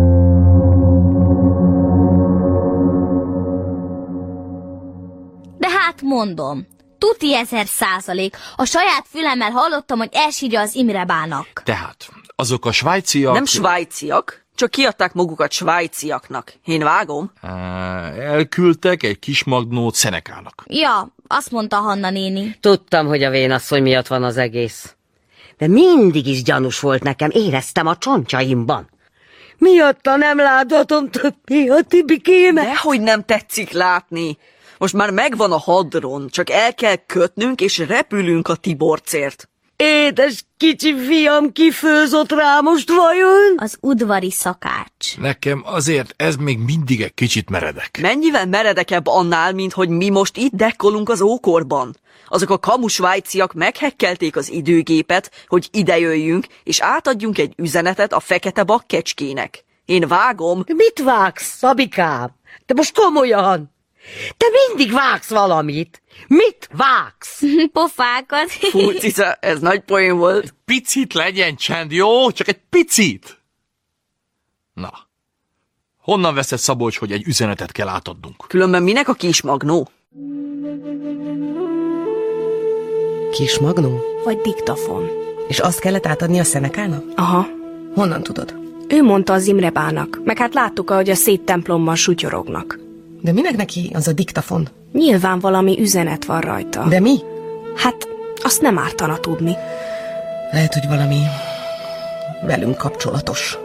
De hát mondom, tuti 1000%. A saját fülemmel hallottam, hogy elsírja az Imrebának. Tehát, azok a svájciak... Nem svájciak, csak kiadták magukat svájciaknak. Én vágom. Elküldtek egy kis magnót Senekának. Ja, azt mondta Hanna néni. Tudtam, hogy a vénasszony miatt van az egész. De mindig is gyanús volt nekem, éreztem a csontjaimban. Miatta nem láthatom többé a Tibikémet. Dehogy nem tetszik látni. Most már megvan a hadron, csak el kell kötnünk, és repülünk a Tiborcért. Édes kicsi fiam kifőzott rá most vajon? Az udvari szakács. Nekem azért ez még mindig egy kicsit meredek. Mennyivel meredekebb annál, mint hogy mi most itt dekkolunk az ókorban? Azok a kamu svájciak meghekkelték az időgépet, hogy idejöjjünk, és átadjunk egy üzenetet a fekete bakkecskének. Én vágom. Mit vágsz, Szabikám? Te most komolyan? Te mindig vágsz valamit. Mit vágsz? Pofákat. Fú, cica, ez nagy poén volt. Picit legyen csend, jó? Csak egy picit. Na, honnan veszed, Szabolcs, hogy egy üzenetet kell átadnunk? Különben minek a kis magnó? Kis magnó? Vagy diktafon. És azt kellett átadni a Senekának? Aha. Honnan tudod? Ő mondta az Imrebának, meg hát láttuk, ahogy a széttemplomban sutyorognak. De minek neki az a diktafon? Nyilván valami üzenet van rajta. De mi? Hát, azt nem ártana tudni. Lehet, hogy valami velünk kapcsolatos.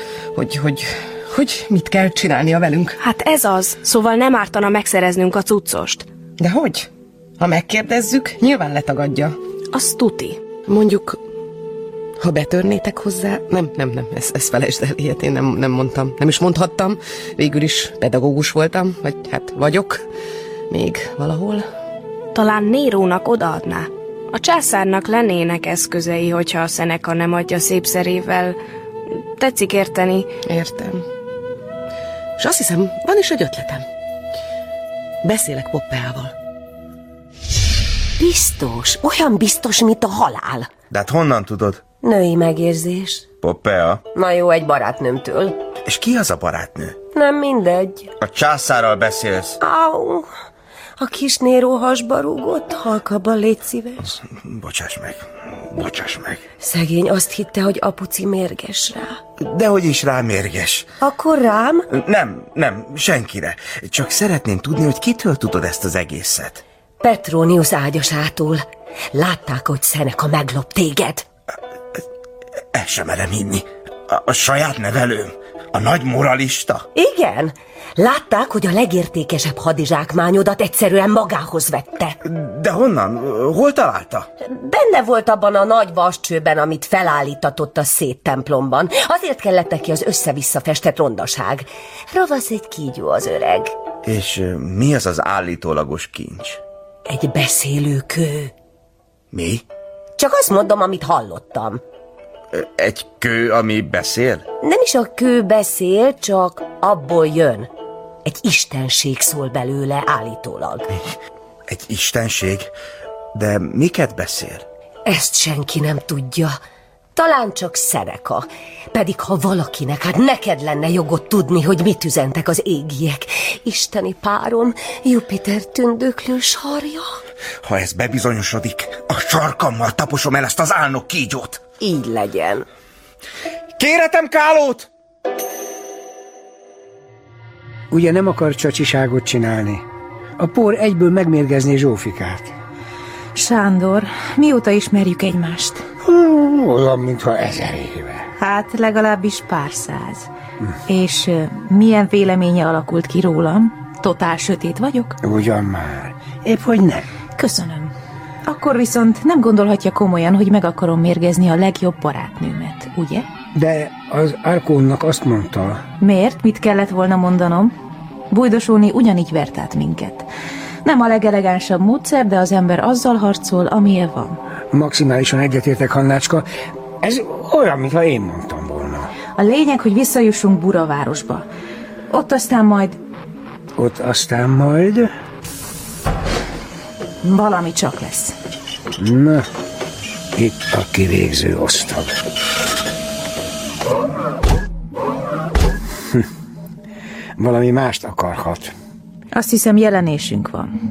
Hogy mit kell csinálnia velünk? Hát ez az, szóval nem ártana megszereznünk a cuccost. De hogy? Ha megkérdezzük, nyilván letagadja. Az tuti. Mondjuk, ha betörnétek hozzá... Nem, ezt felejtsd el, ilyet én nem mondtam. Nem is mondhattam, végül is pedagógus voltam, vagy hát vagyok, még valahol. Talán Nérónak odaadná. A császárnak lennének eszközei, hogyha a Seneca nem adja szép szerével. Tetszik érteni? Értem. És azt hiszem, van is egy ötletem. Beszélek Poppeával. Biztos, olyan biztos, mint a halál. De hát honnan tudod? Női megérzés. Poppea? Na jó, egy barátnőmtől. És ki az a barátnő? Nem mindegy. A császárral beszélsz. Au, a kis Néró hasba rúgott, halkabban légy szíves. Bocsáss meg. Szegény azt hitte, hogy apuci mérges rá. Dehogy is rám mérges. Akkor rám? Nem, senkire. Csak szeretném tudni, hogy kitől tudod ezt az egészet. Petronius ágyasától. Látták, hogy Seneca meglop téged? El sem merem hinni. A saját nevelőm? A nagy moralista? Igen. Látták, hogy a legértékesebb hadizsákmányodat egyszerűen magához vette. De honnan? Hol találta? Benne volt abban a nagy vascsőben, amit felállítatott a széttemplomban. Azért kellett neki az össze-vissza festett rondaság. Ravasz egy kígyó az öreg. És mi az az állítólagos kincs? Egy beszélőkő. Mi? Csak azt mondom, amit hallottam. Egy kő, ami beszél? Nem is a kő beszél, csak abból jön. Egy istenség szól belőle állítólag. Egy istenség? De miket beszél? Ezt senki nem tudja. Talán csak Seneca. Pedig ha valakinek, hát neked lenne jogod tudni, hogy mit üzentek az égiek. Isteni párom, Jupiter tündöklő sarja. Ha ez bebizonyosodik, a sarkammal taposom el ezt az álnok kígyót. Így legyen. Kérhetem kálót! Ugye nem akar csacsiságot csinálni? A por egyből megmérgezné Zsófikát. Sándor, mióta ismerjük egymást? Olyan, mintha 1000 éve. Hát legalábbis pár száz. És milyen véleménye alakult ki rólam? Totál sötét vagyok? Ugyan már. Épp hogy nem. Köszönöm. Akkor viszont nem gondolhatja komolyan, hogy meg akarom mérgezni a legjobb barátnőmet, ugye? De az Arkónnak azt mondta... Miért? Mit kellett volna mondanom? Bújdosóni ugyanígy vert át minket. Nem a legelegánsabb módszer, de az ember azzal harcol, amilyen van. Maximálisan egyetértek, Hannácska. Ez olyan, mintha én mondtam volna. A lényeg, hogy visszajussunk Buravárosba. Ott aztán majd... Valami csak lesz. Na, itt a kivégző osztag. Valami mást akarhat. Azt hiszem, jelenésünk van.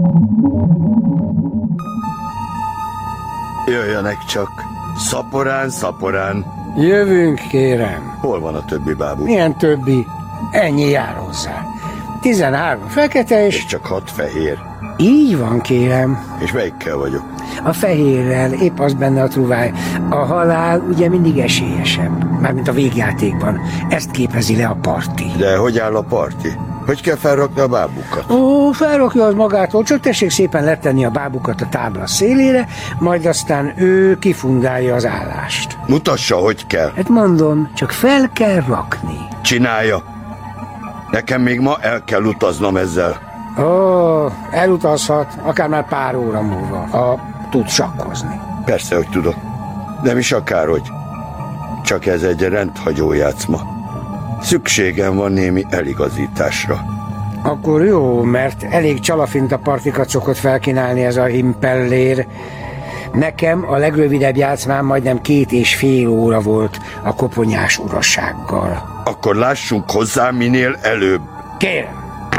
Jöjjenek csak. Szaporán, szaporán. Jövünk, kérem. Hol van a többi bábú? Milyen többi? Ennyi jár hozzá. 13 fekete és... csak 6 fehér. Így van, kérem. És melyikkel vagyok? A fehérrel, épp az benne a truváj. A halál ugye mindig esélyesebb. Mármint a végjátékban. Ezt képezi le a parti. De hogy áll a parti? Hogy kell felrakni a bábukat? Ó, felrakja az magától, csak tessék szépen letenni a bábukat a tábla szélére, majd aztán ő kifundálja az állást. Mutassa, hogy kell. Hát mondom, csak fel kell rakni. Csinálja. Nekem még ma el kell utaznom ezzel. Ó, elutazhat, akár már pár óra múlva, ha tud sakkozni. Persze, hogy tudok. Nem is akárhogy. Csak ez egy rendhagyó játszma. Szükségem van némi eligazításra. Akkor jó, mert elég csalafinta partikat szokott felkínálni ez a himpellér. Nekem a legrövidebb játszmám majdnem 2,5 óra volt a koponyás urasággal. Akkor lássunk hozzá minél előbb. Kérem.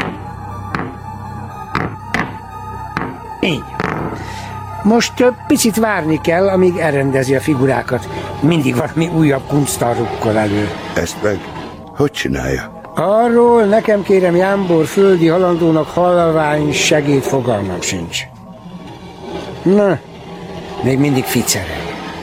Így. Most picit várni kell, amíg elrendezi a figurákat. Mindig valami újabb kunctal rukkol elő. Ezt meg hogy csinálja? Arról nekem, kérem, Jámbor földi halandónak halvány segéd fogalmam sincs. Na, még mindig ficerel.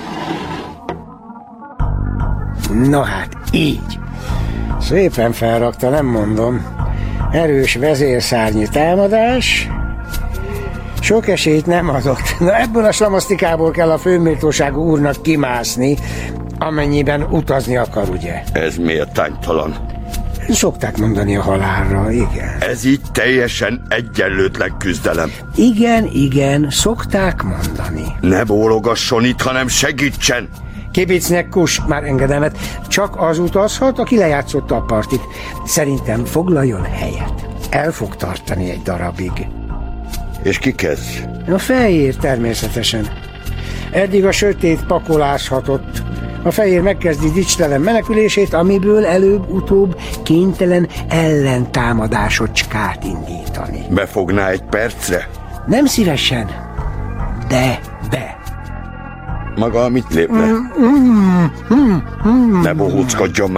Na hát, így. Szépen felrakta, nem mondom. Erős vezérszárnyi támadás. Sok esélyt nem adott. Na, ebből a slamasztikából kell a főméltóságú úrnak kimászni, amennyiben utazni akar, ugye? Ez méltánytalan. Szokták mondani a halálra, igen. Ez így teljesen egyenlőtlen küzdelem. Igen, szokták mondani. Ne bólogasson itt, hanem segítsen! Kibicnek kus, már engedelmet. Csak az utazhat, aki lejátszotta a partit. Szerintem foglaljon helyet. El fog tartani egy darabig. És ki kezd? A fehér természetesen. Eddig a sötét pakoláshatott. A fehér megkezdi dicstelen menekülését, amiből előbb-utóbb kénytelen ellentámadásocskát indítani. Befogná egy percre? Nem szívesen, de be. Maga mit lépne? Ne bohóckodjon már.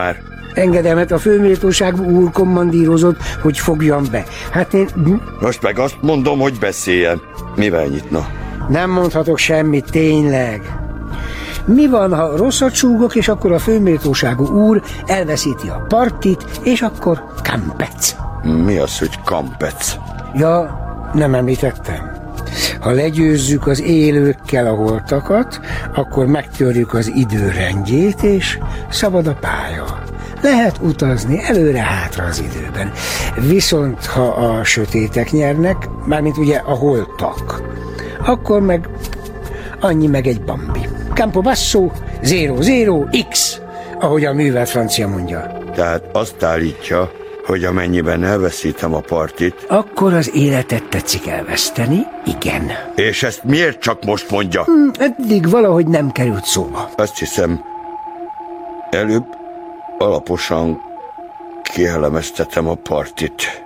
Engedelmet a főméltóságú úr kommandírozott, hogy fogjam be. Hát én... Most meg azt mondom, hogy beszéljen. Mivel nyitna? Nem mondhatok semmit, tényleg. Mi van, ha rosszat súgok, és akkor a főméltóságú úr elveszíti a partit, és akkor kampec. Mi az, hogy kampec? Ja, nem említettem. Ha legyőzzük az élőkkel a holtakat, akkor megtörjük az időrendjét, és szabad a pálya. Lehet utazni előre-hátra az időben. Viszont ha a sötétek nyernek, mármint ugye a holtak, akkor meg annyi meg egy bambi. Campo basso, 0-0, X, ahogy a művelt francia mondja. Tehát azt állítja, hogy amennyiben elveszítem a partit... Akkor az életet tetszik elveszteni? Igen. És ezt miért csak most mondja? Eddig valahogy nem került szóba. Azt hiszem, előbb alaposan kielemeztetem a partit.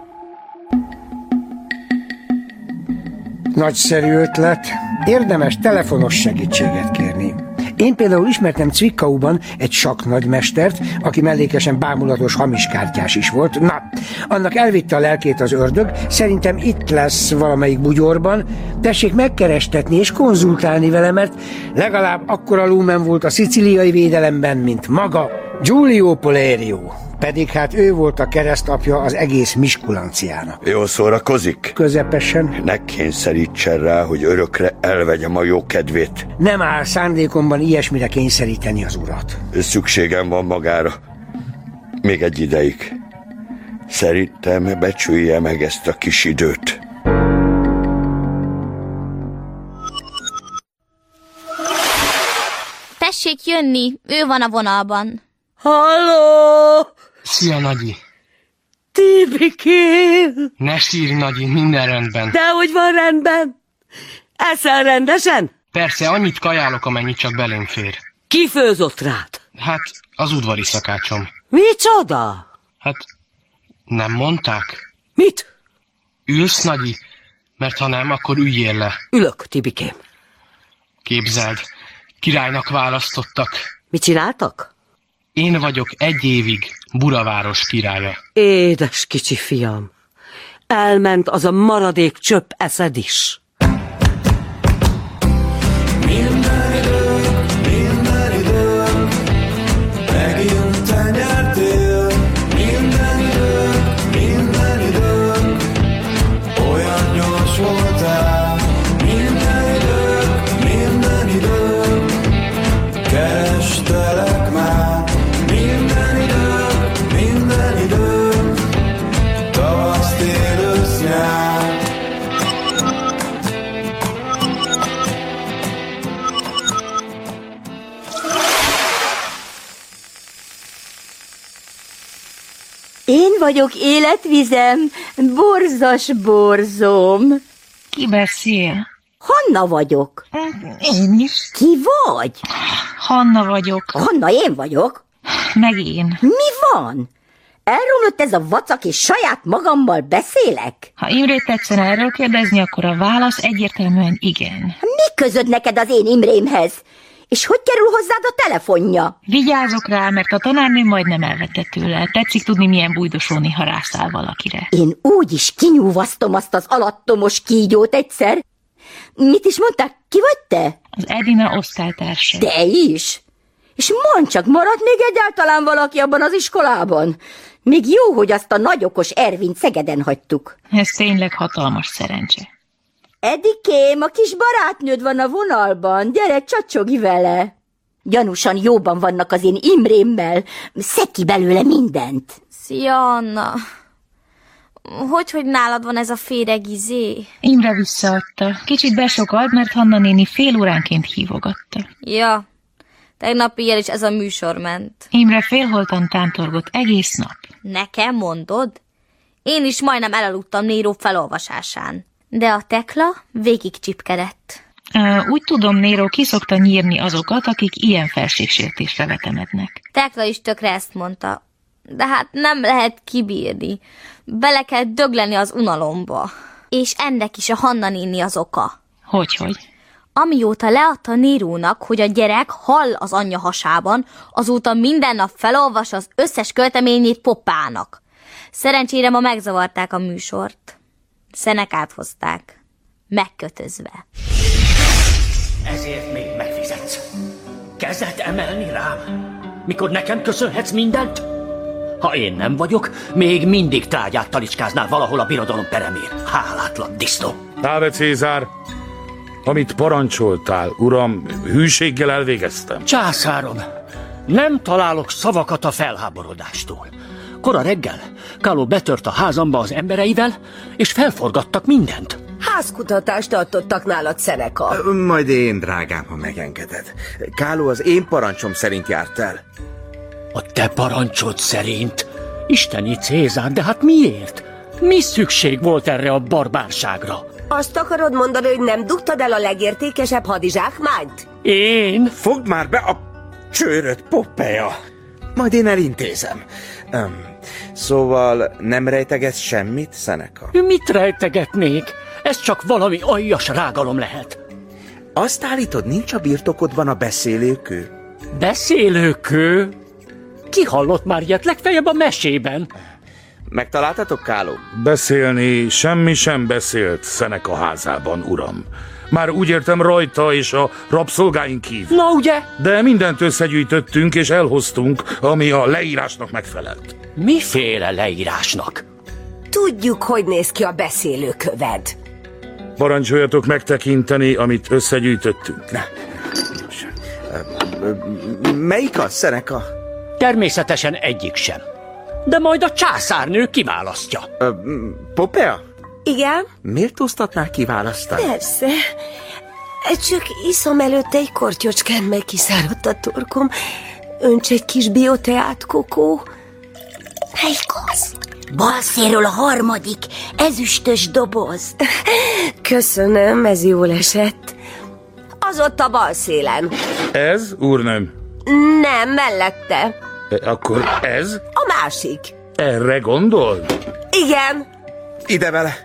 Nagyszerű ötlet. Érdemes telefonos segítséget kérni. Én például ismertem Zwickauban egy sakknagymestert, aki mellékesen bámulatos hamiskártyás is volt. Na, annak elvitte a lelkét az ördög, szerintem itt lesz valamelyik bugyorban. Tessék megkerestetni és konzultálni vele, mert legalább akkora lumen volt a szicíliai védelemben, mint maga Giulio Polerio. Pedig hát ő volt a keresztapja az egész Miskulanciának. Jól szórakozik? Közepesen. Ne kényszerítsen rá, hogy örökre elvegyem a jó kedvét. Nem áll szándékomban ilyesmire kényszeríteni az urat. Szükségem van magára. Még egy ideig. Szerintem becsülje meg ezt a kis időt. Tessék jönni, ő van a vonalban. Halló! Szia, Nagyi! Tibikém! Ne sírj, Nagyi, minden rendben. Dehogy van rendben? Eszel rendesen? Persze, annyit kajálok, amennyit csak belém fér. Ki főzott rád? Hát, az udvari szakácsom. Micsoda? Hát, nem mondták? Mit? Ülsz, Nagyi? Mert ha nem, akkor üljél le. Ülök, Tibikém. Képzeld, királynak választottak. Mit csináltak? Én vagyok 1 évig Buraváros királya. Édes kicsi fiam, elment az a maradék csöpp eszed is. Minden idők, megint te nyertél. Minden idők, olyan gyors voltál. Minden idők, kerestelek már. Minden idő, tavasz, tél, ősz, nyár. Én vagyok életvizem, borzas borzom. Ki beszél? Hanna vagyok. Én is. Ki vagy? Hanna vagyok. Hanna, én vagyok. Meg én. Mi van? Elromlott ez a vacak, és saját magammal beszélek? Ha Imrét tetszene erről kérdezni, akkor a válasz egyértelműen igen. Mi közöd neked az én Imrémhez? És hogy kerül hozzád a telefonja? Vigyázok rá, mert a tanárnő majdnem elvette tőle. Tetszik tudni, milyen bújdosóni, ha rászáll valakire. Én úgy is kinyúvasztom azt az alattomos kígyót egyszer. Mit is mondták? Ki vagy te? Az Edina osztálytársa. Te is? És mondd csak, maradt még egyáltalán valaki abban az iskolában? Még jó, hogy azt a nagyokos Ervint Szegeden hagytuk. Ez tényleg hatalmas szerencse. Edikém, a kis barátnőd van a vonalban, gyere, csacsogj vele. Gyanúsan jóban vannak az én Imrémmel, szedd ki belőle mindent. Szia, Anna. Hogy nálad van ez a féreg izé? Imre visszaadta. Kicsit besokalt, mert Hanna néni fél óránként hívogatta. Ja, tegnap éjjel is ez a műsor ment. Imre félholtan tántorgott egész nap. Nekem mondod? Én is majdnem elaludtam Néró felolvasásán. De a Tekla végig csipkedett. Úgy tudom, Néró ki szokta nyírni azokat, akik ilyen felségsértésre vetemednek. Tekla is tökre ezt mondta. De hát nem lehet kibírni. Bele kell dögleni az unalomba. És ennek is a Hanna néni az oka. Hogyhogy? Amióta leadta Nérónak, hogy a gyerek hall az anyja hasában, azóta minden nap felolvas az összes költeményét Poppának. Szerencsére ma megzavarták a műsort. Szenekát hozták, megkötözve. Ezért még megfizetsz. Kezet emelni rám, mikor nekem köszönhetsz mindent? Ha én nem vagyok, még mindig trágyát talicskáznál valahol a birodalom peremén. Hálátlan disznó. Áve Cézár, amit parancsoltál, uram, hűséggel elvégeztem. Császárom, nem találok szavakat a felháborodástól. Kora reggel Káló betört a házamba az embereivel, és felforgattak mindent. Házkutatást tartottak nálad, Szeneka. Majd én, drágám, ha megengeded. Káló az én parancsom szerint járt el. A te parancsod szerint? Isteni Cézár, de hát miért? Mi szükség volt erre a barbárságra? Azt akarod mondani, hogy nem dugtad el a legértékesebb hadizsákmányt? Én? Fogd már be a csőröt, Poppeja! Majd én elintézem. Szóval nem rejtegetsz semmit, Szeneka? Mit rejtegetnék? Ez csak valami aljas rágalom lehet. Azt állítod, nincs a birtokodban a beszélőkő? Beszélőkő? Ki hallott már ilyet? Legfeljebb a mesében. Megtaláltatok, Káló? Beszélni semmi sem beszélt Szeneka házában, uram. Már úgy értem rajta és a rabszolgáink kívül. Na ugye? De mindent összegyűjtöttünk és elhoztunk, ami a leírásnak megfelelt. Miféle leírásnak? Tudjuk, hogy néz ki a beszélőköved. Parancsoljatok megtekinteni, amit összegyűjtöttünk. Melyik az, Szeneka? Természetesen egyik sem. De majd a császárnő kiválasztja. Poppea? Igen? Miért osztatnál kiválasztani? Persze. Csak iszom előtte egy kortyocskán, meg kiszáradt a torkom. Önts egy kis bioteát, Kokó. Melyik az? Bal szélről a harmadik, ezüstös doboz. Köszönöm, ez jól esett. Az ott a bal szélen. Ez, úrnőm? Nem, mellette. Akkor ez? A másik. Erre gondol? Igen. Ide vele.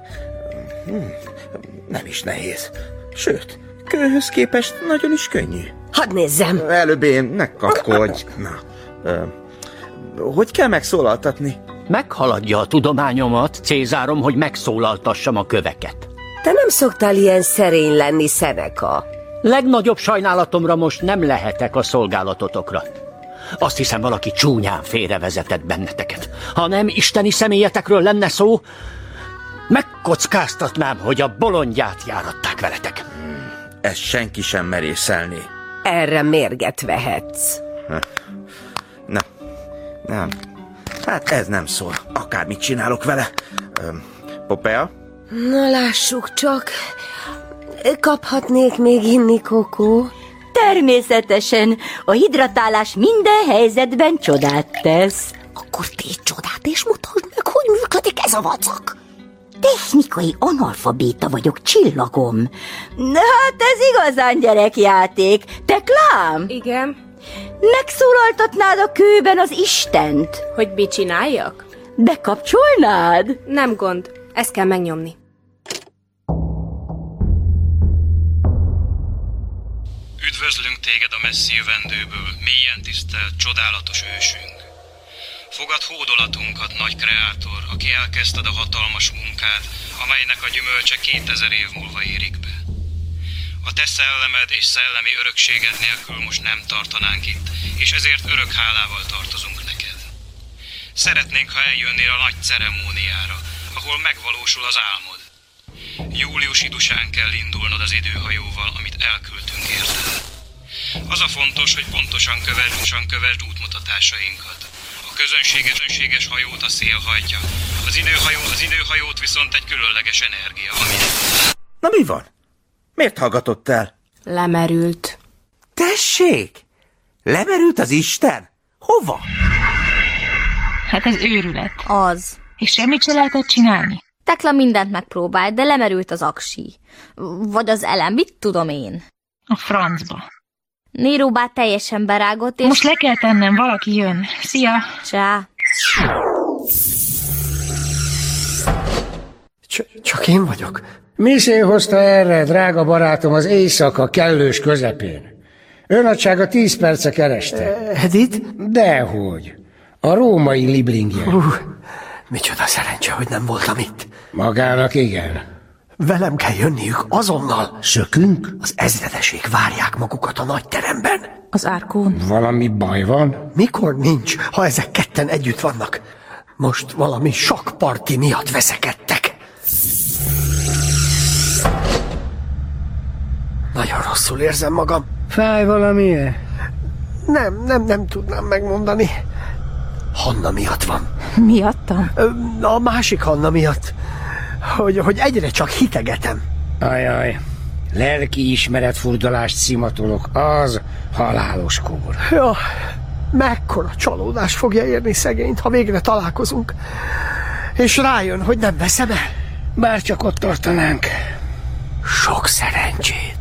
Nem is nehéz. Sőt, kőhöz képest nagyon is könnyű. Hadd nézzem. Előbb én, ne kapkodj. Na, hogy kell megszólaltatni? Meghaladja a tudományomat, Cézárom, hogy megszólaltassam a köveket. Te nem szoktál ilyen szerény lenni, Szeneka. Legnagyobb sajnálatomra most nem lehetek a szolgálatotokra. Azt hiszem, valaki csúnyán félrevezetett benneteket. Ha nem isteni személyetekről lenne szó, megkockáztatnám, hogy a bolondját járatták veletek. Ezt senki sem merészelni. Erre mérget vehetsz. Nem. Hát ez nem szól. Akármit csinálok vele. Poppea? Na lássuk csak. Kaphatnék még inni, Kokó? Természetesen. A hidratálás minden helyzetben csodát tesz. Akkor tégy csodát és mutasd meg, hogy működik ez a vacak. Technikai analfabéta vagyok, csillagom. Na hát ez igazán gyerekjáték. Te, Klám? Igen? Megszólaltatnád a kőben az Istent? Hogy mit csináljak? Bekapcsolnád? Nem gond, ezt kell megnyomni. Üdvözlünk téged a messzi jövendőből, mélyen tisztelt, csodálatos ősünk. Fogad hódolatunkat, nagy kreátor, aki elkezdted a hatalmas munkát, amelynek a gyümölcse 2000 év múlva érik be. A te szellemed és szellemi örökséged nélkül most nem tartanánk itt, és ezért örök hálával tartozunk neked. Szeretnénk, ha eljönnél a nagy ceremóniára, ahol megvalósul az álmod. Július idusán kell indulnod az időhajóval, amit elküldtünk érted. Az a fontos, hogy pontosan kövesd útmutatásainkat. A közönséges hajót a szél hajtja. Az időhajót viszont egy különleges energia, ami... Na mi van? Miért hallgatott el? Lemerült. Tessék! Lemerült az Isten? Hova? Hát ez őrület. Az. És semmit se lehetett csinálni? Tekla mindent megpróbált, de lemerült az aksi. Vagy az elem, mit tudom én? A francba. Néró bár teljesen berágott, és... Most le kell tennem, valaki jön. Szia! Csá! Csak én vagyok. Miszé hozta erre, drága barátom, az éjszaka kellős közepén. Őnagysága 10 perce kereste. Edith? Dehogy. A római Liblingje. Micsoda szerencse, hogy nem voltam itt. Magának igen. Velem kell jönniük azonnal. Szökünk? Az ezredesék várják magukat a nagy teremben. Az árkón? Valami baj van? Mikor nincs, ha ezek ketten együtt vannak? Most valami sakkparti miatt veszekedtek. Nagyon rosszul érzem magam. Fáj valamilyen? Nem tudnám megmondani. Hanna miatt van. Miattam? A másik Hanna miatt. Hogy egyre csak hitegetem. Ajaj, lelki ismeretfurdalást szimatolok, az halálos kór. Ja, mekkora csalódás fogja érni szegényt, ha végre találkozunk. És rájön, hogy nem veszem el. Bár csak ott tartanánk. Sok szerencsét.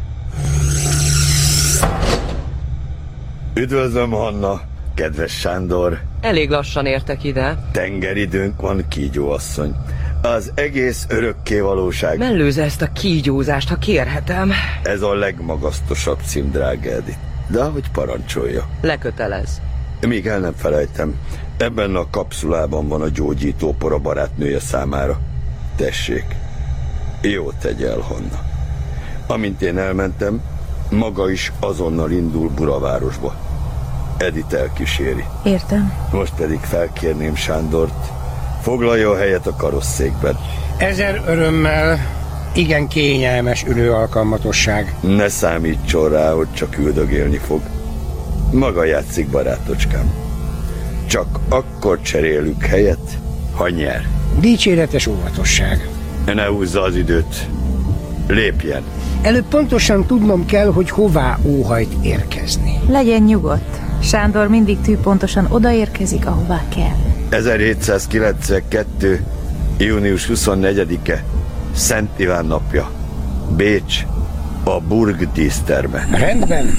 Üdvözlöm, Hanna, kedves Sándor. Elég lassan értek ide. Tengeridőnk van, kígyóasszony. Az egész örökké valóság. Mellőzze ezt a kígyózást, ha kérhetem. Ez a legmagasztosabb cím, drága Edith. De ahogy parancsolja. Lekötelez. Míg el nem felejtem, ebben a kapszulában van a gyógyítópor a barátnője számára. Tessék, jó tegye el, Hanna. Amint én elmentem, maga is azonnal indul Buravárosba. Edith elkíséri. Értem. Most pedig felkérném Sándort, foglalja a helyet a karosszékben. 1000 örömmel, igen kényelmes ülőalkalmatosság. Ne számítson rá, hogy csak üldögélni fog. Maga játszik, barátocskám. Csak akkor cserélünk helyet, ha nyer. Dicséretes óvatosság. Ne húzza az időt. Lépjen. Előbb pontosan tudnom kell, hogy hová óhajt érkezni. Legyen nyugodt. Sándor mindig tűpontosan odaérkezik, ahová kell. 1792. június 24-e. Szent Iván napja. Bécs. A Burg díszterme. Rendben.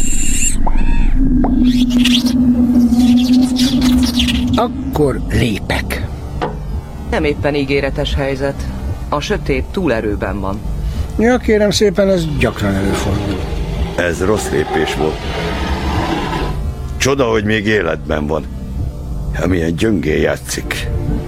Akkor lépek. Nem éppen ígéretes helyzet. A sötét túlerőben van. Ja, kérem szépen, ez gyakran előfordul. Ez rossz lépés volt. Csoda, hogy még életben van. Amilyen gyöngén játszik.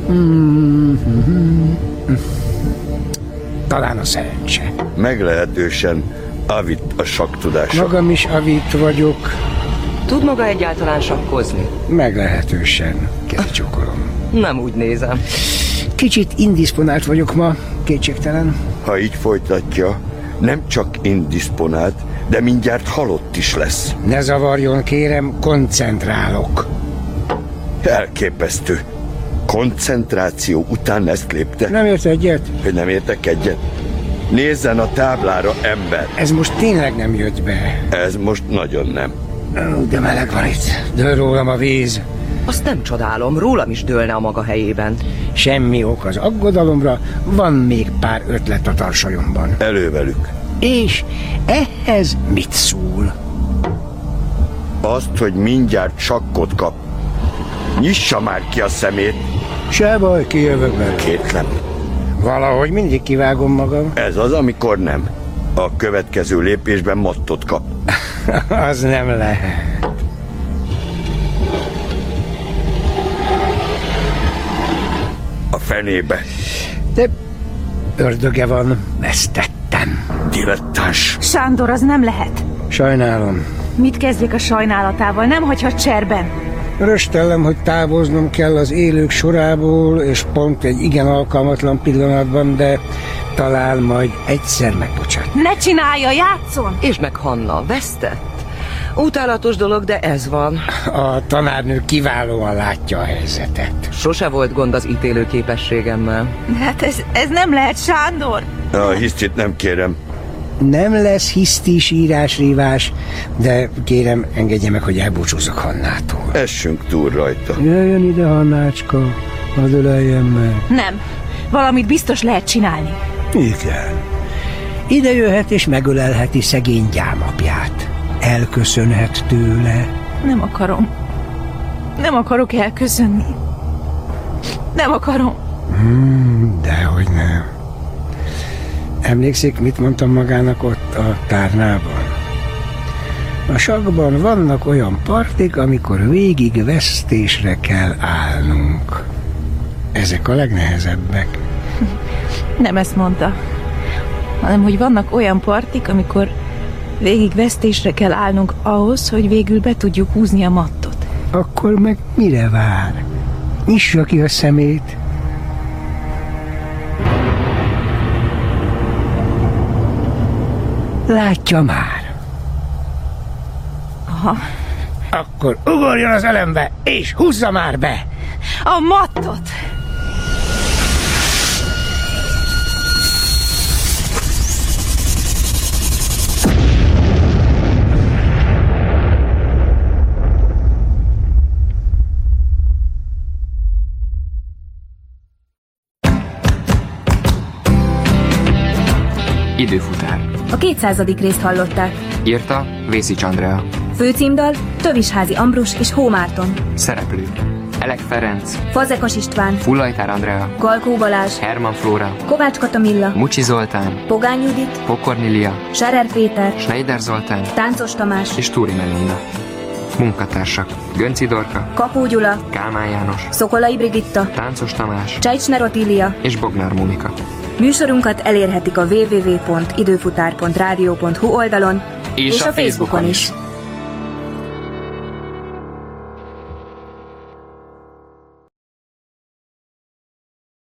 Talán a szerencse. Meglehetősen avit a saktudása. Magam is avit vagyok. Tud maga egyáltalán sakkozni? Meglehetősen. Kicsokolom. Nem úgy nézem. Kicsit indisponált vagyok ma, kétségtelen. Ha így folytatja, nem csak indisponált, de mindjárt halott is lesz. Ne zavarjon, kérem, koncentrálok. Elképesztő. Koncentráció után ezt lépte? Nem ért egyet? Hogy nem értek egyet? Nézzen a táblára, ember. Ez most tényleg nem jött be. Ez most nagyon nem. De meleg van itt. Dől rólam a víz. Azt nem csodálom, rólam is dőlne a maga helyében. Semmi ok az aggodalomra, van még pár ötlet a tarsajomban. Elő velük. És ehhez mit szól? Azt, hogy mindjárt sakkot kap. Nyissa már ki a szemét. Se baj, kijövök belőle. Kétlem. Valahogy mindig kivágom magam. Ez az, amikor nem. A következő lépésben mattot kap. Az nem lehet. A fenébe. De ördöge van, ezt tettem. Dilettáns. Sándor, az nem lehet. Sajnálom. Mit kezdjek a sajnálatával? Nem hagyhat cserben. Röstellem, hogy távoznom kell az élők sorából, és pont egy igen alkalmatlan pillanatban, de talán majd egyszer megbocsát. Ne csinálja, játszon! És meg Hanna, vesztett. Utálatos dolog, de ez van. A tanárnő kiválóan látja a helyzetet. Sose volt gond az ítélő képességemmel. De hát ez nem lehet, Sándor! A hisztit nem kérem. Nem lesz hisztis írásrívás, de kérem, engedje meg, hogy elbúcsúzzak Hannától. Essünk túl rajta. Jöjjön ide, Hannácska, hadd öleljen meg. Nem, valamit biztos lehet csinálni. Igen. Ide jöhet és megölelheti szegény gyámapját. Elköszönhet tőle. Nem akarom. Nem akarok elköszönni. Nem akarom. Dehogy nem. Emlékszik, mit mondtam magának ott a tárnában? A sakkban vannak olyan partik, amikor végig vesztésre kell állnunk. Ezek a legnehezebbek. Nem ezt mondta, hanem hogy vannak olyan partik, amikor végig vesztésre kell állnunk ahhoz, hogy végül be tudjuk húzni a mattot. Akkor meg mire vár? Nyissa ki a szemét. Látja már. Aha. Akkor ugorjon az elembe, és húzza már be! A mattot! Időfutár. A 200. részt hallották. Írta Vészics Andrea. Főcímdal Tövisházi Ambrus és Hó Márton. Szereplők: Elek Ferenc, Fazekas István, Fullajtár Andrea, Galkó Balázs, Herman Flóra, Kovács Katamilla, Mucsi Zoltán, Pogány Judit, Pokornilia, Serer Péter, Schneider Zoltán, Táncos Tamás és Túri Melinda. Munkatársak: Gönci Dorka, Kapó Gyula, Kálmán János, Szokolai Brigitta, Táncos Tamás, Csajcsner Otília és Bognár Mónika. Műsorunkat elérhetik a www.időfutár.rádió.hu oldalon és a Facebookon is.